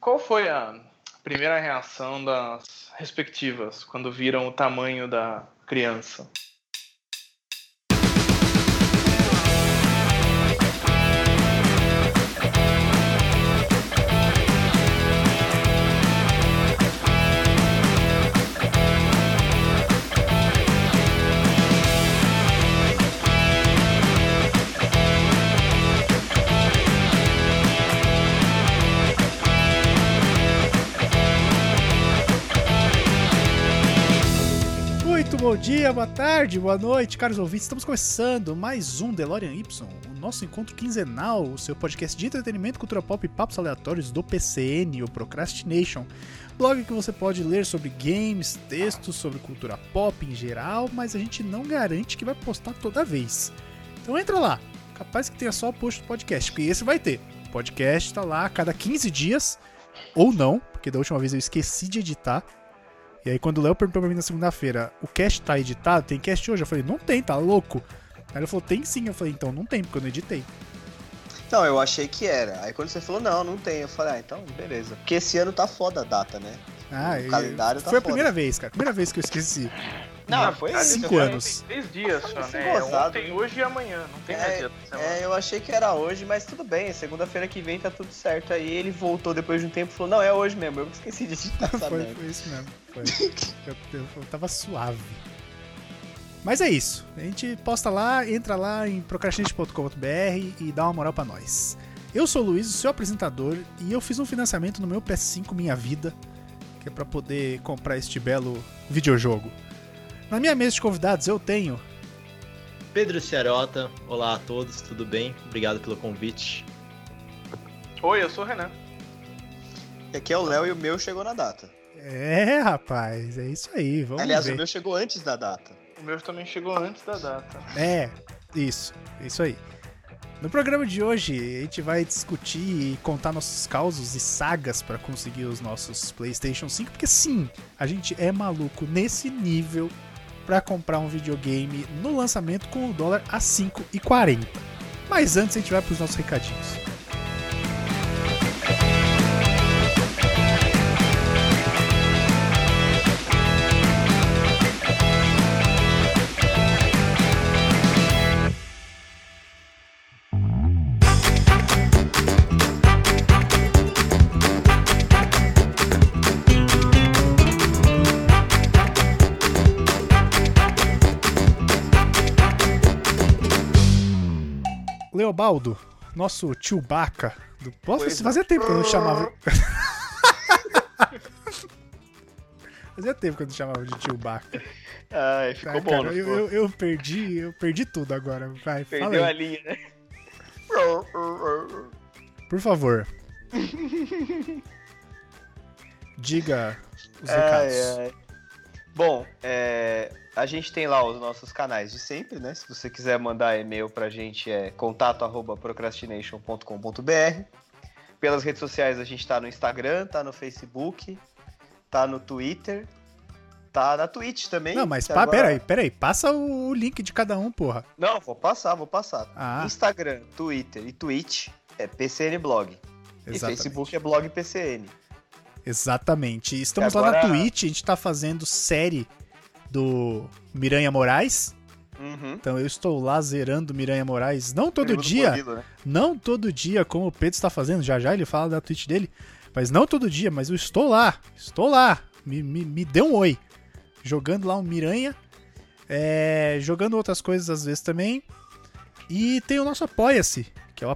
Qual foi a primeira reação das respectivas quando viram o tamanho da criança? Bom dia, boa tarde, boa noite, caros ouvintes. Estamos começando mais um DeLorean Y, o nosso encontro quinzenal, o seu podcast de entretenimento, cultura pop e papos aleatórios do PCN, o Procrastination. Blog que você pode ler sobre games, textos sobre cultura pop em geral, mas a gente não garante que vai postar toda vez. Então entra lá, capaz que tenha só o post do podcast, porque esse vai ter. O podcast tá lá a cada 15 dias, ou não, porque da última vez eu esqueci de editar. E aí quando o Léo perguntou pra mim na segunda-feira, o cast tá editado? Tem cast hoje? Eu falei, não tem, tá louco? Aí ele falou, tem sim. Eu falei, então não tem, porque eu não editei. Não, eu achei que era. Aí quando você falou, não tem. Eu falei, então beleza. Porque esse ano tá foda a data, né? O calendário tá foi foda. A primeira vez, cara. Primeira vez que eu esqueci. Não, foi 5 anos. Tem 3 dias só, né? Ontem, hoje e amanhã. Não tem mais dia da semana. Eu achei que era hoje, mas tudo bem. Segunda-feira que vem tá tudo certo. Aí ele voltou depois de um tempo e falou, não, é hoje mesmo. Eu esqueci de editar, foi isso mesmo. Eu tava suave. Mas é isso. A gente posta lá, entra lá em procrastination.com.br e dá uma moral pra nós. Eu sou o Luiz, o seu apresentador, e eu fiz um financiamento no meu PS5 Minha Vida, que é pra poder comprar este belo videojogo. Na minha mesa de convidados eu tenho Pedro Ciarota. Olá a todos, tudo bem? Obrigado pelo convite. Oi, eu sou o Renan. Aqui é o Léo e o meu chegou na data. É, rapaz, é isso aí, vamos Aliás, ver. O meu chegou antes da data. O meu também chegou antes da data. É isso aí. No programa de hoje, a gente vai discutir e contar nossos causos e sagas pra conseguir os nossos PlayStation 5, porque sim, a gente é maluco nesse nível pra comprar um videogame no lançamento com o dólar a 5,40. Mas antes a gente vai pros nossos recadinhos. Leobaldo, nosso Chewbacca. Fazia tempo que eu não chamava. Fazia tempo que eu não chamava de Chewbacca. Ai, ficou bom. Cara, eu perdi tudo agora. Vai, perdeu a linha, né? Por favor. Diga os recados. Bom, a gente tem lá os nossos canais de sempre, né? Se você quiser mandar e-mail pra gente é contato@procrastination.com.br. Pelas redes sociais a gente tá no Instagram, tá no Facebook, tá no Twitter, tá na Twitch também. Não, mas peraí, passa o link de cada um, porra. Não, vou passar. Ah. Instagram, Twitter e Twitch é PCN Blog. Exatamente. E Facebook é Blog PCN. Exatamente. Estamos lá na Twitch, a gente tá fazendo série do Miranha Moraes. Uhum. Então eu estou lá zerando Miranha Moraes, não todo dia, Gorila, né? Não todo dia, como o Pedro está fazendo, já ele fala da Twitch dele, mas não todo dia, mas eu estou lá, me dê um oi, jogando lá um Miranha, jogando outras coisas às vezes também, e tem o nosso Apoia-se, que é o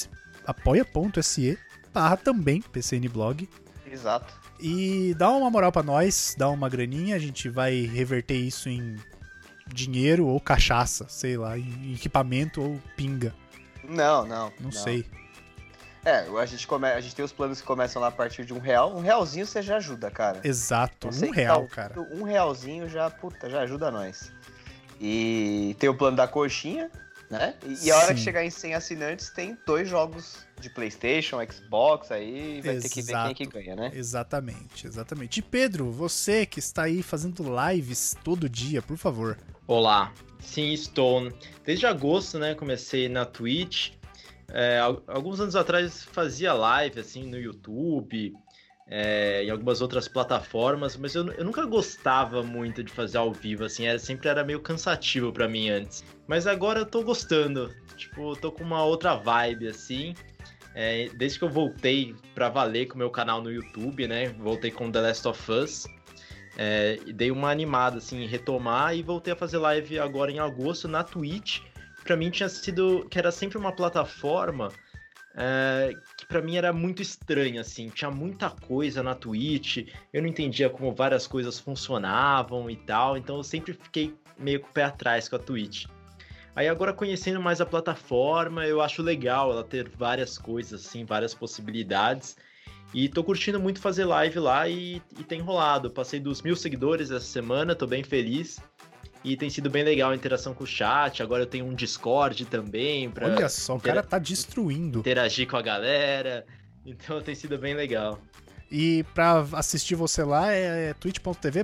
apoia.se/também PCN Blog. Exato. E dá uma moral pra nós, dá uma graninha, a gente vai reverter isso em dinheiro ou cachaça, sei lá, em equipamento ou pinga. Não sei. A gente tem os planos que começam lá a partir de R$1. R$1 você já ajuda, cara. Exato, R$1, cara. R$1 já ajuda nós. E tem o plano da coxinha, né? E a hora que chegar em 100 assinantes, tem 2 jogos de PlayStation, Xbox, aí vai ter que ver quem é que ganha, né? Exatamente. E Pedro, você que está aí fazendo lives todo dia, por favor. Olá, sim, estou. Desde agosto, né, comecei na Twitch alguns anos atrás fazia live, assim, no YouTube, em algumas outras plataformas, mas eu nunca gostava muito de fazer ao vivo, assim, sempre era meio cansativo pra mim antes. Mas agora eu tô gostando, tipo, tô com uma outra vibe, assim, desde que eu voltei pra valer com o meu canal no YouTube, né, voltei com The Last of Us, e dei uma animada, assim, em retomar e voltei a fazer live agora em agosto na Twitch. Pra mim tinha sido, que era sempre uma plataforma que pra mim era muito estranha, assim, tinha muita coisa na Twitch, eu não entendia como várias coisas funcionavam e tal, então eu sempre fiquei meio com o pé atrás com a Twitch. Aí agora conhecendo mais a plataforma, eu acho legal ela ter várias coisas, assim, várias possibilidades, e tô curtindo muito fazer live lá e tem rolado, passei dos 1.000 seguidores essa semana, tô bem feliz. E tem sido bem legal a interação com o chat. Agora eu tenho um Discord também. Olha só, o cara tá destruindo. Interagir com a galera. Então tem sido bem legal. E pra assistir você lá é twitch.tv/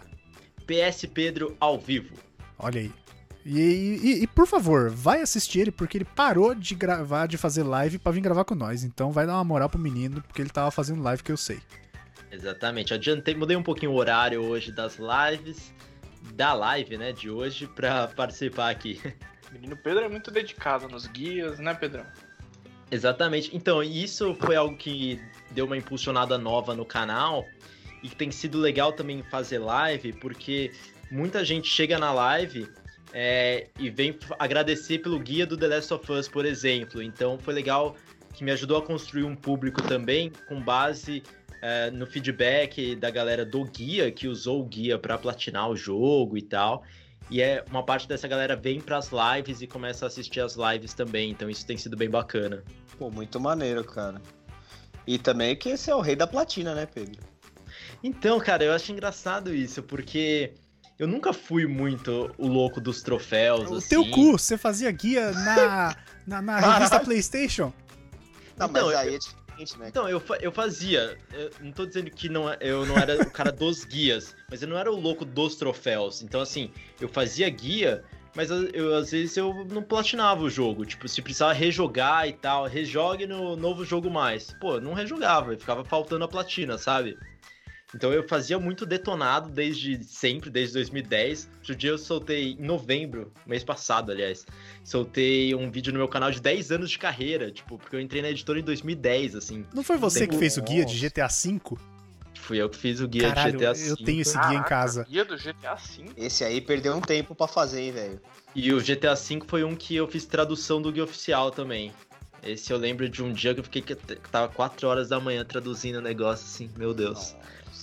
PS Pedro ao vivo. Olha aí. E por favor, vai assistir ele, porque ele parou de gravar, de fazer live pra vir gravar com nós. Então vai dar uma moral pro menino, porque ele tava fazendo live que eu sei. Exatamente. Mudei um pouquinho o horário hoje das lives. Da live, né, de hoje, pra participar aqui. O menino Pedro é muito dedicado nos guias, né, Pedrão? Exatamente. Então, isso foi algo que deu uma impulsionada nova no canal e que tem sido legal também fazer live, porque muita gente chega na live e vem agradecer pelo guia do The Last of Us, por exemplo. Então, foi legal que me ajudou a construir um público também com base no feedback da galera do guia, que usou o guia para platinar o jogo e tal. E uma parte dessa galera vem pras lives e começa a assistir as lives também. Então isso tem sido bem bacana. Pô, muito maneiro, cara. E também que esse é o rei da platina, né, Pedro? Então, cara, eu acho engraçado isso, porque eu nunca fui muito o louco dos troféus, O teu cu, você fazia guia na revista PlayStation? Não, então, mas aí é diferente, né? Então, eu fazia. Eu não tô dizendo que eu não era o cara dos guias, mas eu não era o louco dos troféus. Então, assim, eu fazia guia, mas às vezes eu não platinava o jogo. Tipo, se precisava rejogar e tal, rejogue no novo jogo mais. Pô, eu não rejogava, ficava faltando a platina, sabe? Então eu fazia muito detonado desde sempre, desde 2010. Outro dia eu soltei, em novembro, mês passado, aliás, soltei um vídeo no meu canal de 10 anos de carreira, tipo, porque eu entrei na editora em 2010, assim. Não foi você que fez o guia de GTA V? Fui eu que fiz o guia de GTA V. Eu tenho esse guia em casa. Guia do GTA V? Esse aí perdeu um tempo pra fazer, hein, velho. E o GTA V foi um que eu fiz tradução do guia oficial também. Esse eu lembro de um dia que eu fiquei que tava 4 horas da manhã traduzindo o negócio, assim, meu Deus.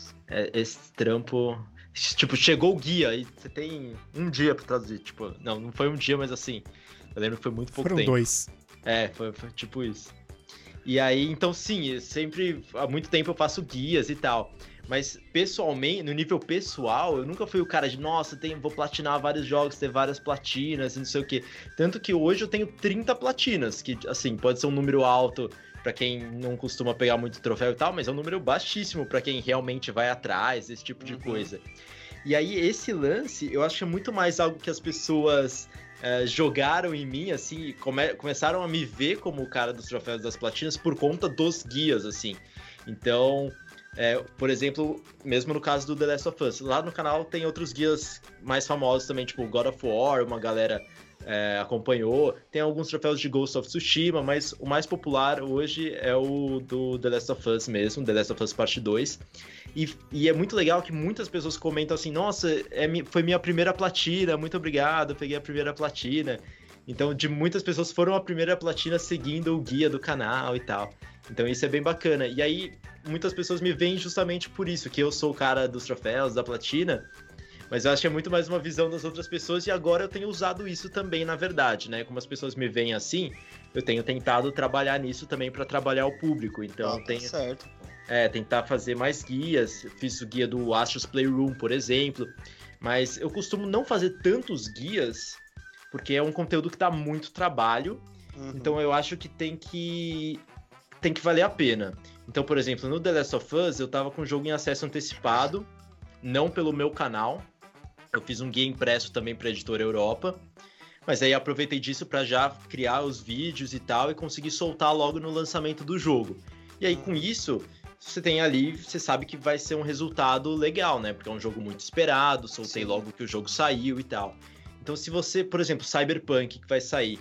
Esse trampo... Tipo, chegou o guia e você tem um dia pra traduzir. Tipo, não foi um dia, mas assim, eu lembro que foi muito pouco tempo. Foram 2. Foi tipo isso. E aí, então sim, sempre, há muito tempo eu faço guias e tal. Mas pessoalmente, no nível pessoal, eu nunca fui o cara de, nossa, vou platinar vários jogos, ter várias platinas e não sei o quê. Tanto que hoje eu tenho 30 platinas, que assim, pode ser um número alto pra quem não costuma pegar muito troféu e tal, mas é um número baixíssimo pra quem realmente vai atrás, esse tipo de coisa. E aí, esse lance, eu acho que é muito mais algo que as pessoas jogaram em mim, assim, começaram a me ver como o cara dos troféus das platinas por conta dos guias, assim. Então, por exemplo, mesmo no caso do The Last of Us, lá no canal tem outros guias mais famosos também, tipo God of War, uma galera acompanhou. Tem alguns troféus de Ghost of Tsushima, mas o mais popular hoje é o do The Last of Us mesmo, The Last of Us Parte 2. E é muito legal que muitas pessoas comentam assim, nossa, foi minha primeira platina, muito obrigado, peguei a primeira platina. Então, muitas pessoas foram a primeira platina seguindo o guia do canal e tal. Então isso é bem bacana. E aí, muitas pessoas me veem justamente por isso, que eu sou o cara dos troféus, da platina. Mas eu acho que é muito mais uma visão das outras pessoas, e agora eu tenho usado isso também, na verdade, né? Como as pessoas me veem assim, eu tenho tentado trabalhar nisso também para trabalhar o público. Então, certo. Tentar fazer mais guias. Fiz o guia do Astro's Playroom, por exemplo. Mas eu costumo não fazer tantos guias, porque é um conteúdo que dá muito trabalho. Então eu acho que tem que valer a pena. Então, por exemplo, no The Last of Us, eu tava com o jogo em acesso antecipado, não pelo meu canal. Eu fiz um guia impresso também pra Editora Europa, Mas aí aproveitei disso pra já criar os vídeos e tal e conseguir soltar logo no lançamento do jogo. E aí com isso, você tem ali, você sabe que vai ser um resultado legal, né? Porque é um jogo muito esperado, soltei logo que o jogo saiu e tal. Então se você, por exemplo, Cyberpunk que vai sair,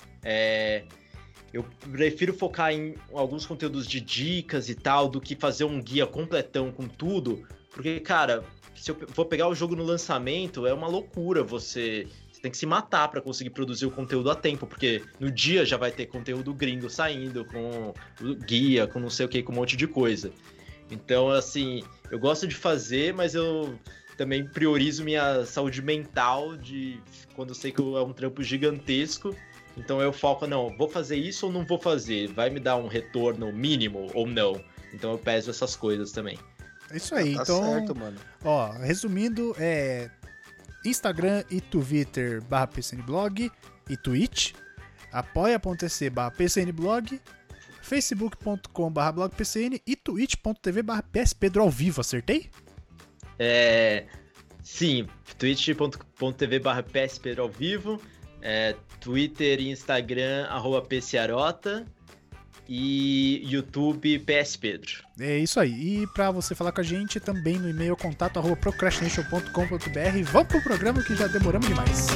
eu prefiro focar em alguns conteúdos de dicas e tal, do que fazer um guia completão com tudo, porque, cara, se eu for pegar o jogo no lançamento, é uma loucura, você tem que se matar pra conseguir produzir o conteúdo a tempo, porque no dia já vai ter conteúdo gringo saindo, com guia, com não sei o que, com um monte de coisa. Então, assim, eu gosto de fazer, mas eu também priorizo minha saúde mental de quando eu sei que é um trampo gigantesco. Então eu foco, não, vou fazer isso ou não vou fazer? Vai me dar um retorno mínimo ou não? Então eu peso essas coisas também. É isso aí, Tá então... certo, mano. Ó, resumindo, Instagram e Twitter /PCNblog e Twitch, apoia.se/PCNblog, facebook.com/blogpcn e twitch.tv/PSPedro ao vivo, acertei? Sim, twitch.tv/PSPedro ao vivo, Twitter e Instagram, @PCarota e YouTube PSPedro. É isso aí. E pra você falar com a gente também no e-mail contato@procrastination.com.br. Vamos pro programa que já demoramos demais.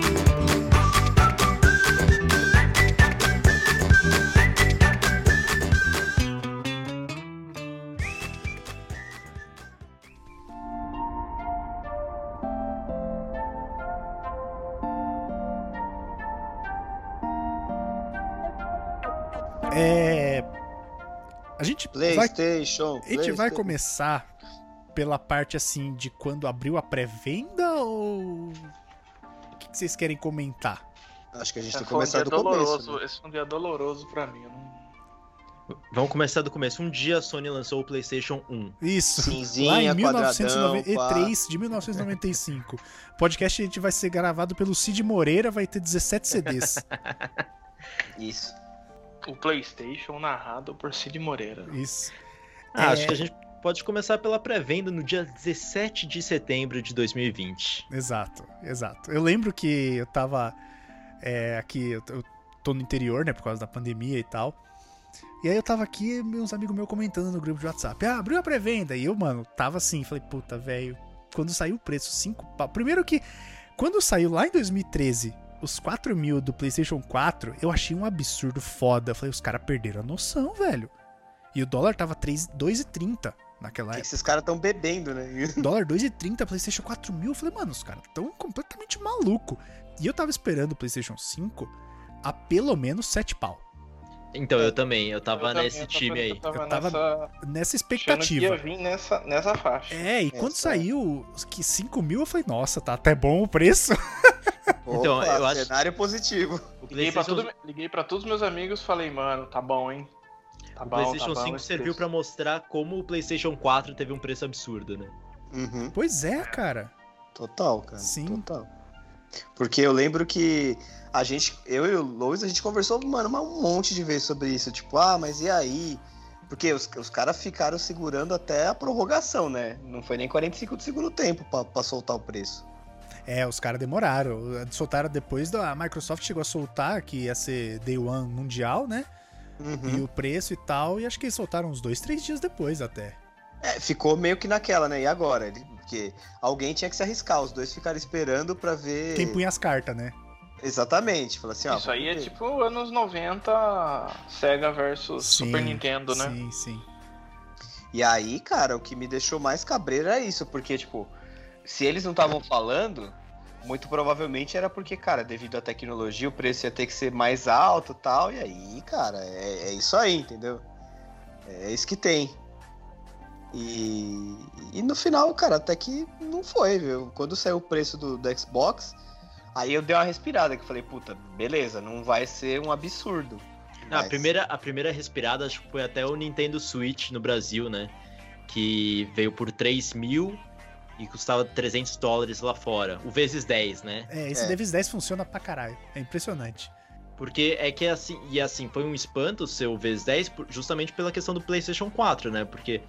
A gente vai começar pela parte assim de quando abriu a pré-venda ou o que vocês querem comentar? Acho que a gente tem que começar do começo. Né? Esse foi um dia doloroso pra mim. Vamos começar do começo. Um dia a Sony lançou o PlayStation 1. Isso. Cinzinha, lá em quadradão, E3 de 1995. O podcast a gente vai ser gravado pelo Cid Moreira, vai ter 17 CDs. Isso. O PlayStation narrado por Cid Moreira. Isso. Acho que a gente pode começar pela pré-venda no dia 17 de setembro de 2020. Exato. Eu lembro que eu tava aqui, eu tô no interior, né, por causa da pandemia e tal. E aí eu tava aqui, uns amigos meus comentando no grupo de WhatsApp. Abriu a pré-venda. E eu, mano, tava assim, falei, puta, velho, quando saiu o preço, 5 pau. Primeiro que, quando saiu lá em 2013... os 4 mil do PlayStation 4, eu achei um absurdo foda. Eu falei, os caras perderam a noção, velho. E o dólar tava 2,30 naquela época. Esses caras tão bebendo, né? Dólar 2,30, PlayStation 4 mil. Eu falei, mano, os caras tão completamente maluco. E eu tava esperando o PlayStation 5 a pelo menos 7 pau. Então, eu também. Eu tava nesse time aí. Eu tava nessa expectativa. Eu ia vir nessa faixa. E quando saiu que 5 mil, eu falei, nossa, tá até bom o preço. Então, Opa, eu acho... cenário positivo. Liguei pra todos meus amigos e falei, mano, tá bom, hein? O PlayStation 5 serviu pra mostrar como o PlayStation 4 teve um preço absurdo, né? Uhum. Pois é, cara. Total, cara. Sim. Total. Porque eu lembro que eu e o Lois, a gente conversou, mano, um monte de vezes sobre isso. Tipo, mas e aí? Porque os caras ficaram segurando até a prorrogação, né? Não foi nem 45 do segundo tempo pra soltar o preço. Os caras demoraram. Soltaram depois a Microsoft chegou a soltar que ia ser Day One mundial, né? Uhum. E o preço e tal. E acho que eles soltaram uns 2-3 dias depois até. Ficou meio que naquela, né? E agora? Porque alguém tinha que se arriscar. Os dois ficaram esperando pra ver... quem punha as cartas, né? Exatamente. Fala assim, isso aí é tipo anos 90 Sega versus Super Nintendo, né? Sim. E aí, cara, o que me deixou mais cabreiro é isso. Porque, tipo... se eles não estavam falando, muito provavelmente era porque, cara, devido à tecnologia, o preço ia ter que ser mais alto e tal. E aí, cara, é isso aí, entendeu? É isso que tem. E no final, cara, até que não foi, viu? Quando saiu o preço do Xbox, aí eu dei uma respirada, que eu falei, puta, beleza, não vai ser um absurdo. A primeira respirada, acho que foi até o Nintendo Switch no Brasil, né? Que veio por 3 mil... e custava $300 lá fora. O vezes 10, né? Esse vezes 10 funciona pra caralho. É impressionante. Porque é que assim, foi um espanto ser o vezes 10 justamente pela questão do PlayStation 4, né? Porque,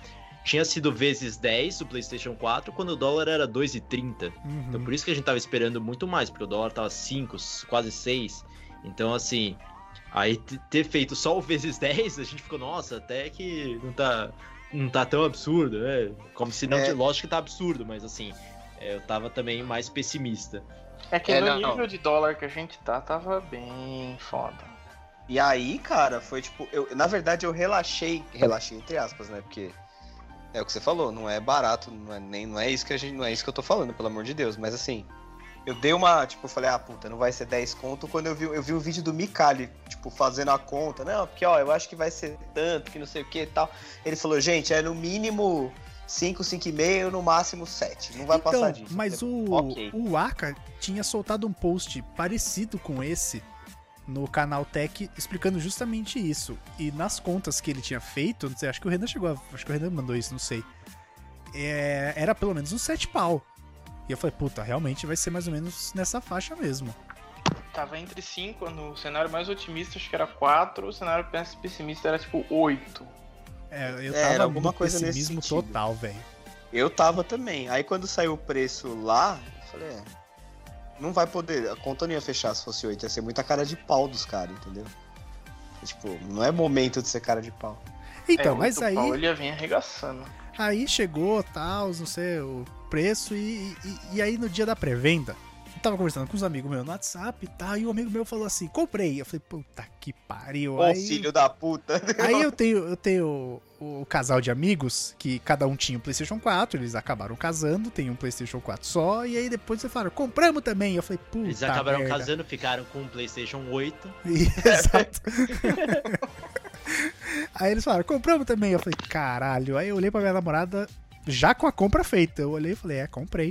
tinha sido vezes 10 do PlayStation 4 quando o dólar era 2,30. Então por isso que a gente tava esperando muito mais, porque o dólar tava 5, quase 6. Então assim, aí ter feito só o vezes 10, a gente ficou, nossa, até que não tá tão absurdo, né? Como se não, lógico que tá absurdo, mas assim, eu tava também mais pessimista. É que no nível de dólar que a gente tava bem foda. E aí, cara, foi tipo, na verdade eu relaxei entre aspas, né? Porque é o que você falou, não é barato, não é isso que eu tô falando, pelo amor de Deus, mas assim, eu dei uma, tipo, eu falei, puta, não vai ser 10 conto, quando eu vi o vídeo do Micali, tipo, fazendo a conta, não, porque, eu acho que vai ser tanto, que não sei o que e tal. Ele falou, gente, é no mínimo 5, 5,5, no máximo 7, não vai passar disso. Mas o Aka tinha soltado um post parecido com esse no canal Tech, explicando justamente isso. E nas contas que ele tinha feito, não sei, acho que o Renan mandou isso, não sei. Era pelo menos uns 7 pau. E eu falei, puta, realmente vai ser mais ou menos nessa faixa mesmo. Tava entre 5, no cenário mais otimista acho que era 4, o cenário mais pessimista era tipo 8. Eu tava alguma coisa pessimismo total, velho. Eu tava também. Aí quando saiu o preço lá, eu falei, não vai poder, a conta não ia fechar se fosse 8, ia ser muita cara de pau dos caras, entendeu? Tipo, não é momento de ser cara de pau. Então, mas aí... Pau, ele ia vir arregaçando. Aí chegou, tal, não sei, o preço, e aí no dia da pré-venda, eu tava conversando com uns amigos meus no WhatsApp e tal, e um amigo meu falou assim, comprei. Eu falei, puta que pariu. Ô, filho da puta. Aí eu tenho o casal de amigos, que cada um tinha um PlayStation 4, eles acabaram casando, tem um PlayStation 4 só, e aí depois eles falaram, compramos também. Eu falei, puta eles acabaram merda. casando, ficaram com um PlayStation 8. Exato. Aí eles falaram, compramos também. Eu falei, caralho. Aí eu olhei pra minha namorada, já com a compra feita. Eu olhei e falei, comprei.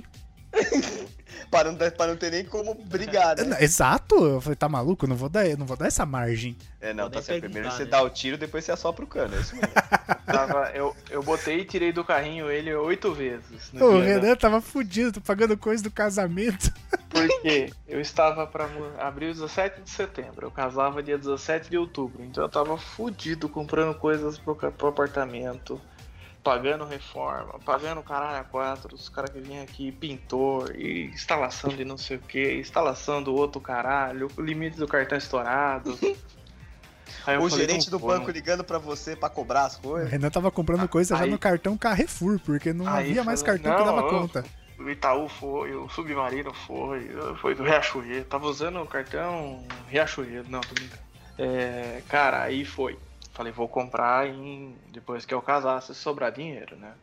Pra não ter nem como brigar, né? Exato. Eu falei, tá maluco? Eu não vou dar essa margem. Não, tá certo. Primeiro você dá o tiro, depois você assopra o cano. É isso mesmo. Eu botei e tirei do carrinho ele 8 vezes. O Renan tava fudido, tô pagando coisa do casamento. Porque eu estava pra abrir 17 de setembro, eu casava dia 17 de outubro, então eu tava fudido comprando coisas pro apartamento, pagando reforma, pagando caralho a 4, os caras que vinham aqui, pintor, e instalação de não sei o que, instalação do outro caralho, o limite do cartão estourado. Aí o gerente do banco ligando pra você pra cobrar as coisas. O Renan tava comprando coisa já no cartão Carrefour, porque não havia mais cartão que dava conta. O Itaú foi, o Submarino foi do Riachuelo. Tava usando o cartão Riachuelo. Não, tô brincando. Cara, aí foi. Falei, vou comprar depois que eu casasse, se sobrar dinheiro, né?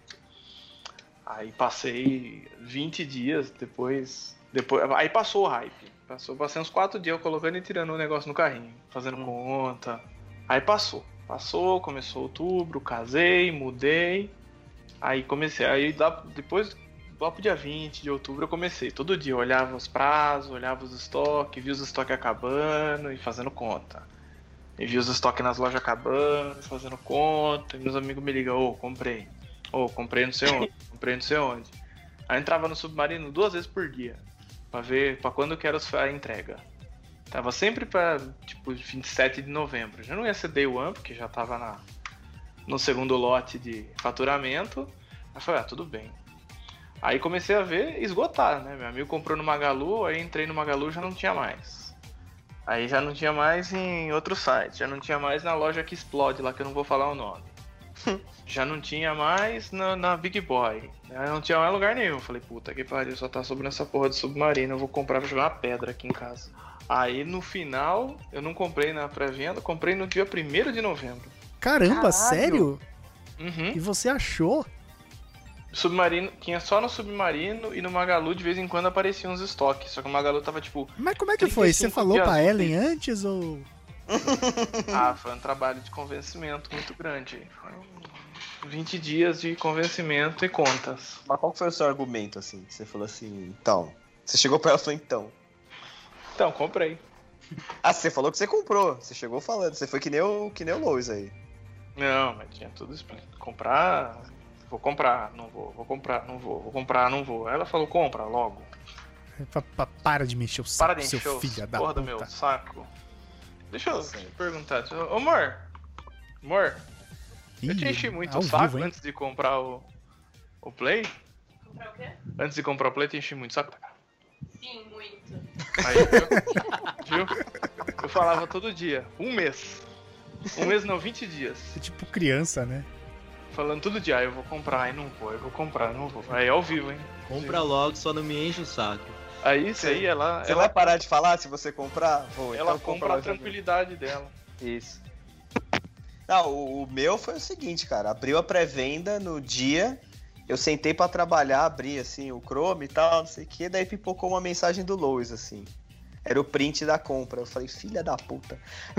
Aí passei 20 dias depois. Aí passou o hype. Passei uns 4 dias eu colocando e tirando o negócio no carrinho, fazendo conta. Aí passou, começou outubro, casei, mudei. Aí comecei, depois, lá pro dia 20 de outubro eu comecei. Todo dia eu olhava os prazos, olhava os estoques, via os estoques acabando e fazendo conta. E via os estoques nas lojas acabando, fazendo conta. E meus amigos me ligam, comprei não sei onde, comprei não sei onde. Aí entrava no Submarino 2 vezes por dia, pra ver pra quando que era a entrega. Tava sempre pra, tipo, 27 de novembro. Já não ia ser Day One, porque já tava no segundo lote de faturamento. Aí falei, tudo bem. Aí comecei a ver esgotar, né? Meu amigo comprou no Magalu, aí entrei no Magalu e já não tinha mais. Aí já não tinha mais em outro site, já não tinha mais na loja que explode lá, que eu não vou falar o nome. Já não tinha mais na Big Boy, não tinha mais lugar nenhum. Falei, puta que pariu, só tá sobrando essa porra de Submarino, eu vou comprar pra jogar uma pedra aqui em casa. Aí no final, eu não comprei na pré-venda, comprei no dia 1º de novembro. Caramba, sério? Uhum. E você achou? Submarino, tinha só no Submarino e no Magalu de vez em quando apareciam uns estoques, só que o Magalu tava tipo... Mas como é que foi? Você falou pra Ellen antes ou... Foi um trabalho de convencimento muito grande. Foi 20 dias de convencimento e contas. Mas qual foi o seu argumento, assim? Você falou assim, então... Você chegou pra ela e falou, então... Então, comprei. Você falou que você comprou. Você chegou falando. Você foi que nem o Lois aí. Não, mas tinha tudo explicado. Comprar... Vou comprar, não vou. Vou comprar, não vou. Vou comprar, não vou. Aí ela falou, compra logo. Para de mexer o saco, seu filho da porra puta. do meu saco. Deixa eu te perguntar. Ô, amor. Eu te enchi muito ao o saco vivo, hein? antes de comprar o Play. Comprar o quê? Antes de comprar o Play, eu te enchi muito o saco. Sim, muito. Aí, viu? Eu falava todo dia, um mês. Um mês não, 20 dias. É tipo criança, né? Falando todo dia, eu vou comprar, aí não vou, eu vou comprar, não vou. Aí é ao vivo, hein? Compra logo, só não me enche o saco. Aí isso aí, ela Você vai parar de falar se você comprar? Vou. ela então compra a logo também. tranquilidade dela. Isso. Não, o meu foi o seguinte, cara. Abriu a pré-venda no dia. Eu sentei pra trabalhar, abri assim o Chrome e tal, não sei o que. Daí pipocou uma mensagem do Lois, assim. Era o print da compra. Eu falei, filha da puta.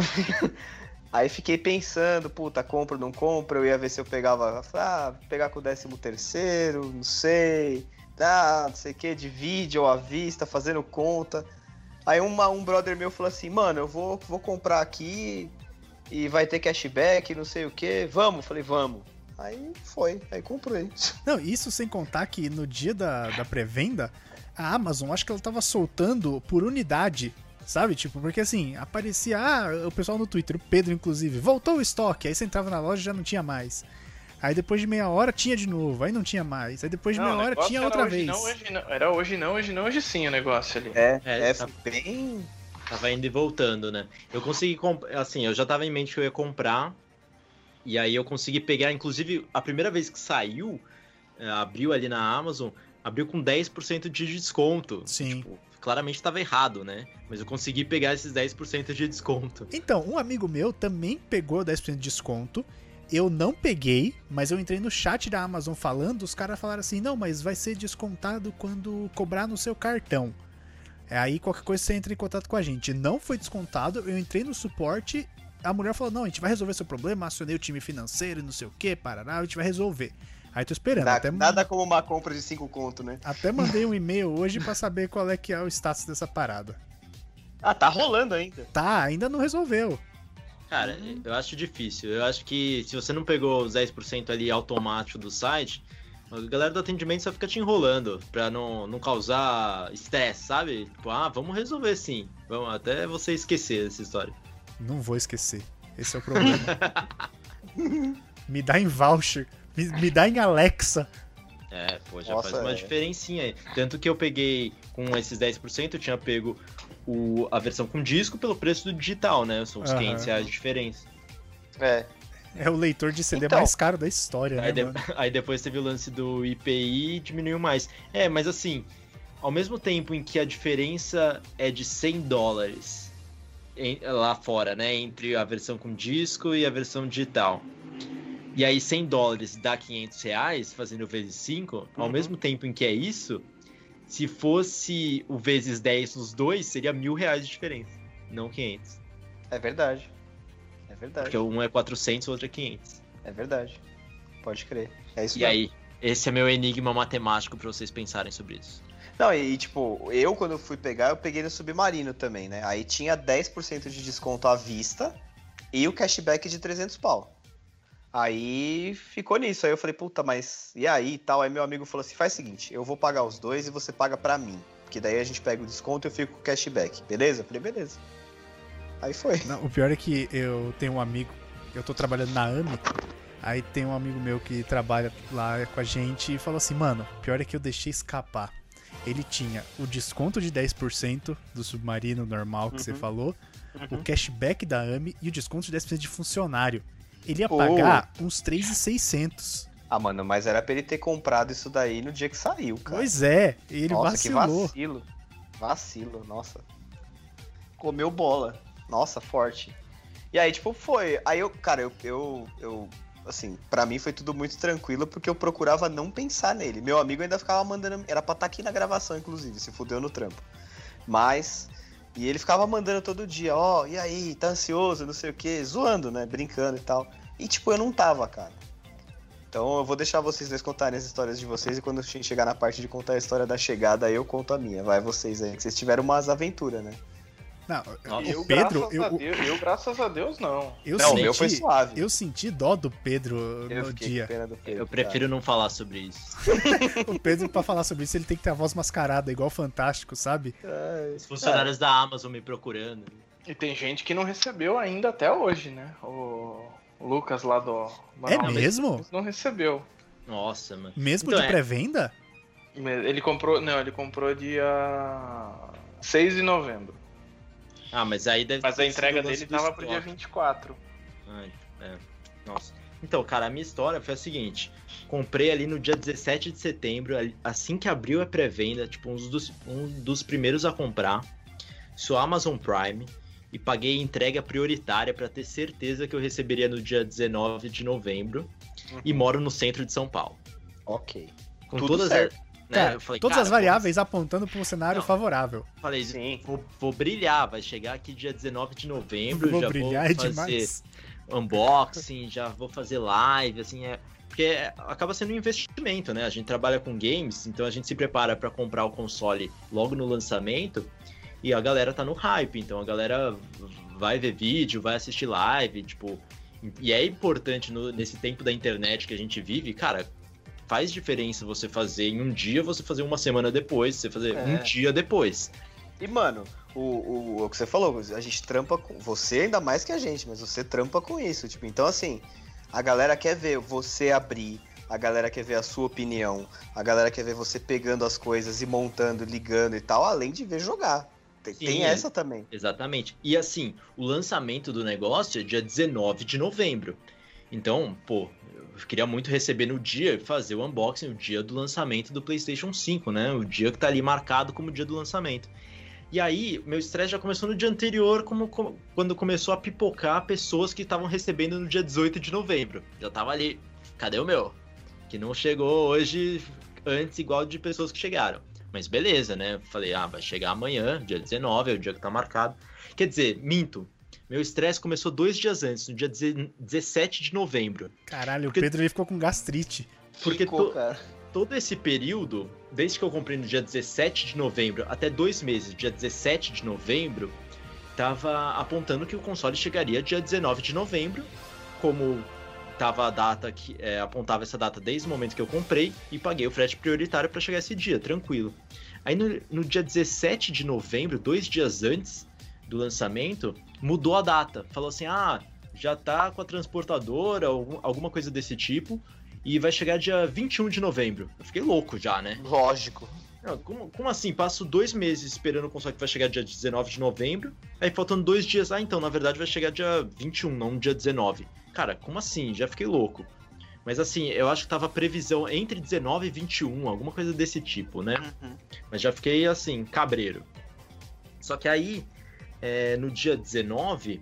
Aí fiquei pensando, puta, compro ou não compro? Eu ia ver se eu pegava. Pegar com o 13º, não sei. Não sei o que, divide ou à vista, fazendo conta. Aí um brother meu falou assim, mano, eu vou comprar aqui e vai ter cashback, não sei o que. Vamos? Falei, vamos. Aí foi, aí comprei. Não, isso sem contar que no dia da pré-venda, a Amazon, acho que ela tava soltando por unidade, sabe? Tipo, porque assim, aparecia, o pessoal no Twitter, o Pedro inclusive, voltou o estoque, aí você entrava na loja e já não tinha mais. Aí depois de meia hora tinha de novo, aí não tinha mais. Aí depois de meia hora tinha outra vez. Era hoje não, hoje sim o negócio ali. Tá bem... Tava indo e voltando, né? Eu consegui comprar, assim, eu já tava em mente que eu ia comprar. E aí eu consegui pegar, inclusive, a primeira vez que saiu, abriu ali na Amazon, abriu com 10% de desconto. Sim. Tipo, claramente estava errado, né? Mas eu consegui pegar esses 10% de desconto. Então, um amigo meu também pegou 10% de desconto. Eu não peguei, mas eu entrei no chat da Amazon falando, os caras falaram assim, não, mas vai ser descontado quando cobrar no seu cartão. Aí qualquer coisa você entra em contato com a gente. Não foi descontado, eu entrei no suporte, a mulher falou, não, a gente vai resolver seu problema, acionei o time financeiro e não sei o que, parará, a gente vai resolver. Aí tô esperando. Nada como uma compra de 5 conto, né? Até mandei um e-mail hoje pra saber qual é que é o status dessa parada. Tá rolando ainda. Tá, ainda não resolveu. Cara, eu acho difícil. Eu acho que se você não pegou os 10% ali automático do site, a galera do atendimento só fica te enrolando pra não causar estresse, sabe? Tipo, vamos resolver sim. Vamos até você esquecer dessa história. Não vou esquecer. Esse é o problema. Me dá em voucher. Me dá em Alexa. Já faz uma diferencinha aí. Tanto que eu peguei com esses 10%, eu tinha pego a versão com disco pelo preço do digital, né? São uns R$500 de diferença. É o leitor de CD Então, mais caro da história, né, mano? Aí depois teve o lance do IPI e diminuiu mais. Mas assim, ao mesmo tempo em que a diferença é de $100 lá fora, né? Entre a versão com disco e a versão digital. E aí $100 dá R$500, fazendo vezes 5, ao mesmo tempo em que é isso, se fosse o vezes 10 nos dois, seria R$1.000 de diferença, não 500. É verdade. Porque um é 400, o outro é 500. É verdade. Pode crer. É isso E mesmo. aí, esse é meu enigma matemático pra vocês pensarem sobre isso. Não, e tipo, eu quando fui pegar, eu peguei no Submarino também, né? Aí tinha 10% de desconto à vista e o cashback de 300 pau. Aí ficou nisso, aí eu falei, puta, mas e aí e tal? Aí meu amigo falou assim, faz o seguinte, eu vou pagar os dois e você paga pra mim. Porque daí a gente pega o desconto e eu fico com o cashback, beleza? Eu falei, beleza. Aí foi. Não, o pior é que eu tenho um amigo, eu tô trabalhando na AMI, aí tem um amigo meu que trabalha lá com a gente e falou assim, mano, o pior é que eu deixei escapar. Ele tinha o desconto de 10% do Submarino normal que você falou, o cashback da AMI e o desconto de 10% de funcionário. Ele ia pagar uns 3.600. Mano, mas era pra ele ter comprado isso daí no dia que saiu, cara. Pois é, ele vacilou. Que vacilo, nossa. Comeu bola. Nossa, forte. E aí, tipo, foi. Aí eu, cara, eu assim, pra mim foi tudo muito tranquilo, porque eu procurava não pensar nele. Meu amigo ainda ficava mandando, era pra estar aqui na gravação, inclusive, se fudeu no trampo. Mas... E ele ficava mandando todo dia, e aí, tá ansioso, não sei o que, zoando, né, brincando e tal. E tipo, eu não tava, cara. Então eu vou deixar vocês dois contarem as histórias de vocês e quando a gente chegar na parte de contar a história da chegada, aí eu conto a minha. Vai vocês aí, que vocês tiveram umas aventuras, né? Não, Eu, o Pedro... graças a Deus, não. O meu foi suave. Eu senti dó do Pedro no dia. Eu prefiro não falar sobre isso. O Pedro, pra falar sobre isso, ele tem que ter a voz mascarada, igual o Fantástico, sabe? Os funcionários da Amazon me procurando. E tem gente que não recebeu ainda até hoje, né? O O Lucas lá do... É Manaus, mesmo? não recebeu. Nossa, mano. Mesmo Então, de pré-venda? Ele comprou dia 6 de novembro. Ah, mas aí deve Mas ter a entrega sido o lance dele do tava pro dia estoque. 24. Ai, nossa. Então, cara, a minha história foi a seguinte. Comprei ali no dia 17 de setembro, assim que abriu a pré-venda, tipo, um dos primeiros a comprar. Sou Amazon Prime e paguei entrega prioritária pra ter certeza que eu receberia no dia 19 de novembro. E moro no centro de São Paulo. Ok. Com Tudo todas certo. Cara, eu falei, todas cara, as variáveis apontando para um cenário Não. favorável. Falei, Sim. vou brilhar, vai chegar aqui dia 19 de novembro, Vou já brilhar vou é fazer demais. unboxing, já vou fazer live, assim, porque acaba sendo um investimento, né? A gente trabalha com games, então a gente se prepara para comprar o console logo no lançamento e a galera tá no hype, então a galera vai ver vídeo, vai assistir live, tipo, e é importante nesse tempo da internet que a gente vive, cara, faz diferença você fazer em um dia, você fazer uma semana depois, você fazer um dia depois. E, mano, o que você falou, a gente trampa com... Você ainda mais que a gente, mas você trampa com isso, tipo, então assim, a galera quer ver você abrir, a galera quer ver a sua opinião, a galera quer ver você pegando as coisas e montando, ligando e tal, além de ver jogar. Tem essa também. Exatamente. E assim, o lançamento do negócio é dia 19 de novembro. Então, pô, eu queria muito receber no dia, fazer o unboxing, o dia do lançamento do PlayStation 5, né? O dia que tá ali marcado como dia do lançamento. E aí, meu estresse já começou no dia anterior, quando começou a pipocar pessoas que estavam recebendo no dia 18 de novembro. Já tava ali, cadê o meu? Que não chegou hoje antes, igual de pessoas que chegaram. Mas beleza, né? Falei, vai chegar amanhã, dia 19, é o dia que tá marcado. Quer dizer, minto. Meu estresse começou 2 dias antes, no dia 17 de novembro. Caralho, o Pedro ele ficou com gastrite. Porque Cara. todo esse período, desde que eu comprei no dia 17 de novembro até 2 meses, dia 17 de novembro, tava apontando que o console chegaria dia 19 de novembro, como tava a data que apontava essa data desde o momento que eu comprei e paguei o frete prioritário para chegar esse dia, tranquilo. Aí no dia 17 de novembro, 2 dias antes do lançamento, mudou a data. Falou assim, já tá com a transportadora, alguma coisa desse tipo, e vai chegar dia 21 de novembro. Eu fiquei louco já, né? Lógico. Não, como assim? Passo 2 meses esperando o console que vai chegar dia 19 de novembro, aí faltando 2 dias, então, na verdade vai chegar dia 21, não dia 19. Cara, como assim? Já fiquei louco. Mas assim, eu acho que tava previsão entre 19 e 21, alguma coisa desse tipo, né? Uhum. Mas já fiquei, assim, cabreiro. Só que aí, no dia 19,